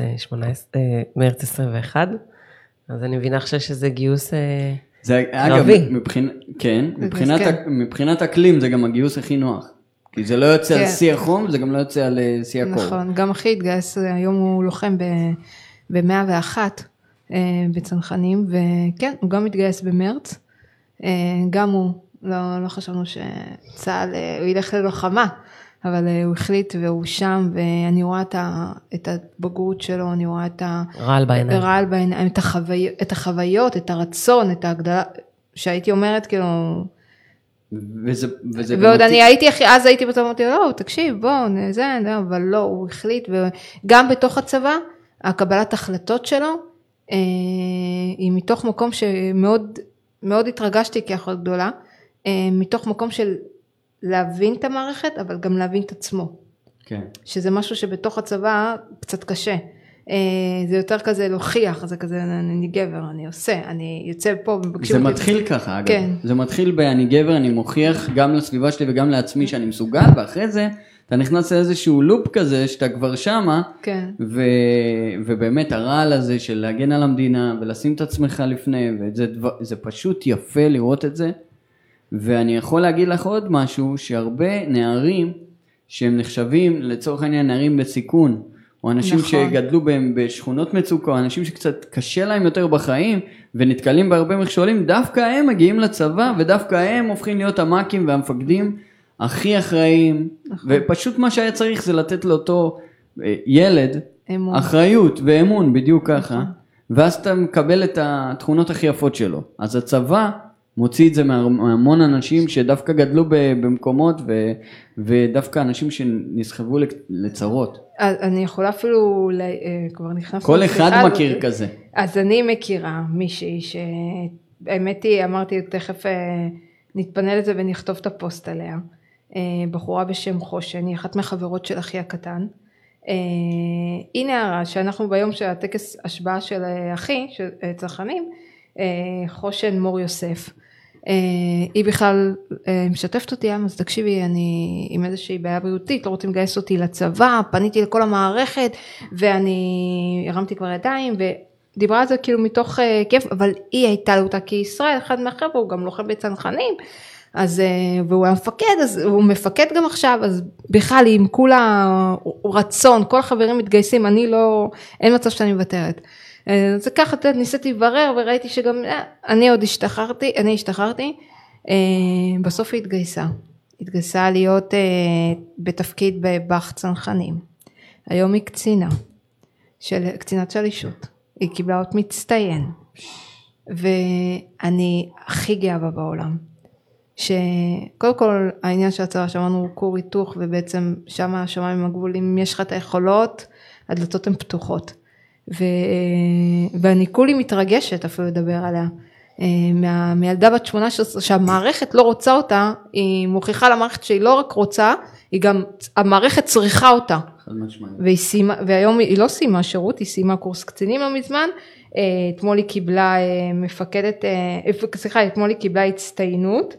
21, אז אני מבינה עכשיו שזה גיוס קרבי. כן, מבחינת אקלים זה גם הגיוס הכי נוח. כי זה לא יוצא על שיא החום, זה גם לא יוצא על שיא הקור. נכון, גם אחי התגייס, היום הוא לוחם ב-101 בצנחנים, וכן, הוא גם התגייס במרץ, גם הוא, לא חשבנו שצה"ל, הוא ילך ללוחמה, אבל הוא החליט והוא שם, ואני רואה את הבגרות שלו, אני רואה את רעל בעיניים, את החוויות, את הרצון, את ההגדלה, שהייתי אומרת כאילו, ועוד אני הייתי, אז הייתי בצבא, אמרתי, לא, תקשיב, בוא, אבל לא, הוא החליט, וגם בתוך הצבא, הקבלת החלטות שלו, היא מתוך מקום שמאוד מאוד התרגשתי כאחות גדולה, מתוך מקום של להבין את המערכת, אבל גם להבין את עצמו. כן. שזה משהו שבתוך הצבא קצת קשה. זה יותר כזה להוכיח, זה כזה אני גבר, אני עושה, אני יוצא פה ובקשו. זה מתחיל ככה, אגב. כן. זה מתחיל אני גבר, אני מוכיח גם לסביבה שלי וגם לעצמי שאני מסוגל, ואחרי זה אתה נכנס לאיזשהו לופ כזה שאתה כבר שמה, כן. ובאמת הרעל הזה של להגן על המדינה ולשים את עצמך לפני, וזה פשוט יפה לראות את זה. ואני יכול להגיד לך עוד משהו, שהרבה נערים שהם נחשבים לצורך העניין נערים בסיכון, או אנשים שגדלו בהם בשכונות מצוקה, או אנשים שקצת קשה להם יותר בחיים, ונתקלים בהרבה מכשולים, דווקא הם מגיעים לצבא, ודווקא הם הופכים להיות המקים והמפקדים הכי אחראיים, ופשוט מה שהיה צריך זה לתת לאותו ילד אמון. אחריות ואמון, בדיוק ככה, ואז אתה מקבל את התכונות הכי יפות שלו. אז הצבא מוציא את זה מהמון אנשים שדווקא גדלו במקומות, ודווקא אנשים שנסחבו לצרות. אני יכולה אפילו, כבר נכנס... כל אחד מכיר כזה. אז אני מכירה מישהי שהאמת היא, אמרתי, תכף נתפנה לזה ונכתוב את הפוסט עליה. בחורה בשם חושן, היא אחת מהחברות של אחי הקטן. היא נערה שאנחנו ביום של הטקס השבעה של אחי, של צרכנים, חושן מור יוסף. היא בכלל משתפת אותי, אז תקשיבי, אני עם איזושהי בעיה בריאותית, לא רוצים לגייס אותי לצבא, פניתי לכל המערכת, ואני הרמתי כבר ידיים, ודיברה על זה כאילו מתוך כיף, אבל היא הייתה לאותה כישראל, אחד מהחבר'ה, הוא גם לוחם בצנחנים, אז, והוא היה מפקד, אז הוא מפקד גם עכשיו, אז בכלל עם כולה רצון, כל החברים מתגייסים, אני לא, אין מצב שאני מוותרת. זה ככה, ניסיתי לברר וראיתי שגם אני עוד השתחררתי, בסוף היא התגייסה להיות בתפקיד בבח צנחנים. היום היא קצינת שלישות, היא קיבלה אות מצטיין, ואני הכי גאה בה בעולם, שקודם כל העניין של הצבא שמענו הוא כור היתוך, ובעצם שם השמיים הגבולים, אם יש לך את היכולות, הדלתות הן פתוחות. ואני כולי מתרגשת אפילו לדבר עליה, מילדה בת 18 שהמערכת לא רוצה אותה, היא מוכיחה למערכת שהיא לא רק רוצה, היא גם, המערכת צריכה אותה, והיום היא לא סיימה שירות, היא סיימה קורס קצינים לא מזמן, אתמול היא קיבלה אתמול היא קיבלה הצטיינות,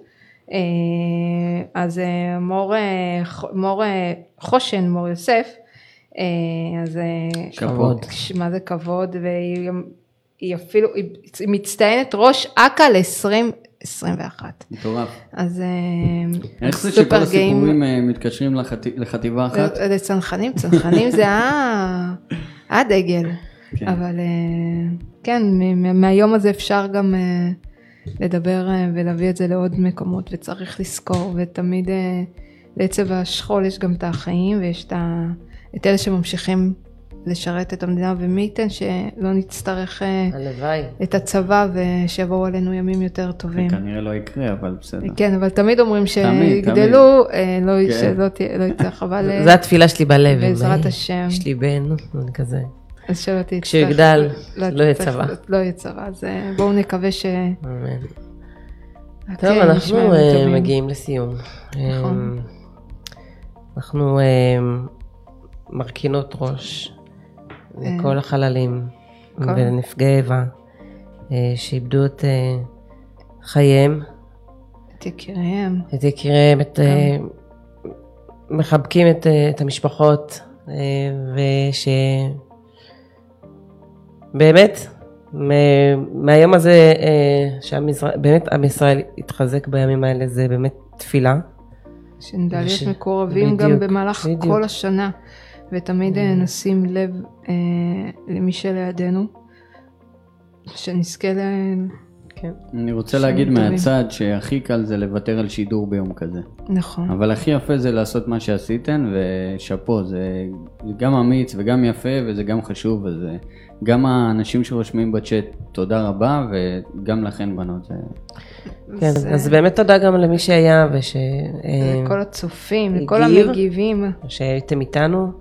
אז מור חושן, מור יוסף, אז כבוד. מה זה כבוד, והיא אפילו, היא מצטיינת ראש אק"א ל-2021. מטורף. אז איך זה שכל הסיפורים מתקשרים לחטיבה אחת? לצנחנים, צנחנים זה הדגל. אבל כן, מהיום הזה אפשר גם לדבר ולהביא את זה לעוד מקומות, וצריך לזכור, ותמיד לעצב השכול יש גם את החיים, ויש את אלה שממשיכים לשרת את המדינה, ומי ייתן שלא נצטרך הלוואי. את הצבא ושיבואו עלינו ימים יותר טובים. כנראה לא יקרה, אבל בסדר. כן, אבל תמיד אומרים שיגדלו, שלא יצטרך, אבל... זה התפילה שלי בלב. בעזרת השם. יש לי בן, כזה. אז שלא תצטרך. כשהוא יגדל, לא יהיה צבא. לא יהיה צבא, אז בואו נקווה ש... אמן. טוב, אנחנו מגיעים לסיום. נכון. אנחנו מרכינות ראש לכל החללים ולנפגעי איבה שאיבדו את חייהם. את יקיריהם. את יקיריהם, מחבקים את המשפחות, ובאמת, מהיום הזה, באמת עם ישראל יתחזק בימים האלה, זה באמת תפילה. שנדע להיות מקורבים גם במהלך כל השנה, ותמיד נשים לב למי שלידינו, שנזכה כן. אני רוצה להגיד מהצד שהכי קל זה לוותר על שידור ביום כזה. נכון. אבל הכי יפה זה לעשות מה שעשיתן, ושפו, זה גם אמיץ וגם יפה, וזה גם חשוב, וזה גם האנשים שרושמים בצ'אט, תודה רבה, וגם לכן בנות. כן, אז באמת תודה גם למי שהיה, לכל הצופים, לכל המגיבים. שהייתם איתנו.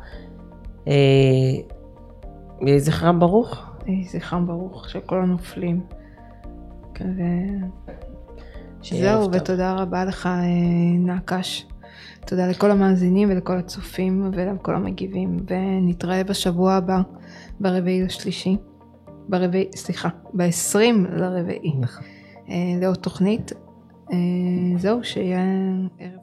יהי זכרם ברוך. יהי זכרם ברוך של כל הנופלים. זהו, ותודה רבה לך נעקש. תודה לכל המאזינים ולכל הצופים ולכל המגיבים, ונתראה בשבוע הבא ב-4/3, ב-20/4 לעוד תוכנית. זהו, שיהיה ערב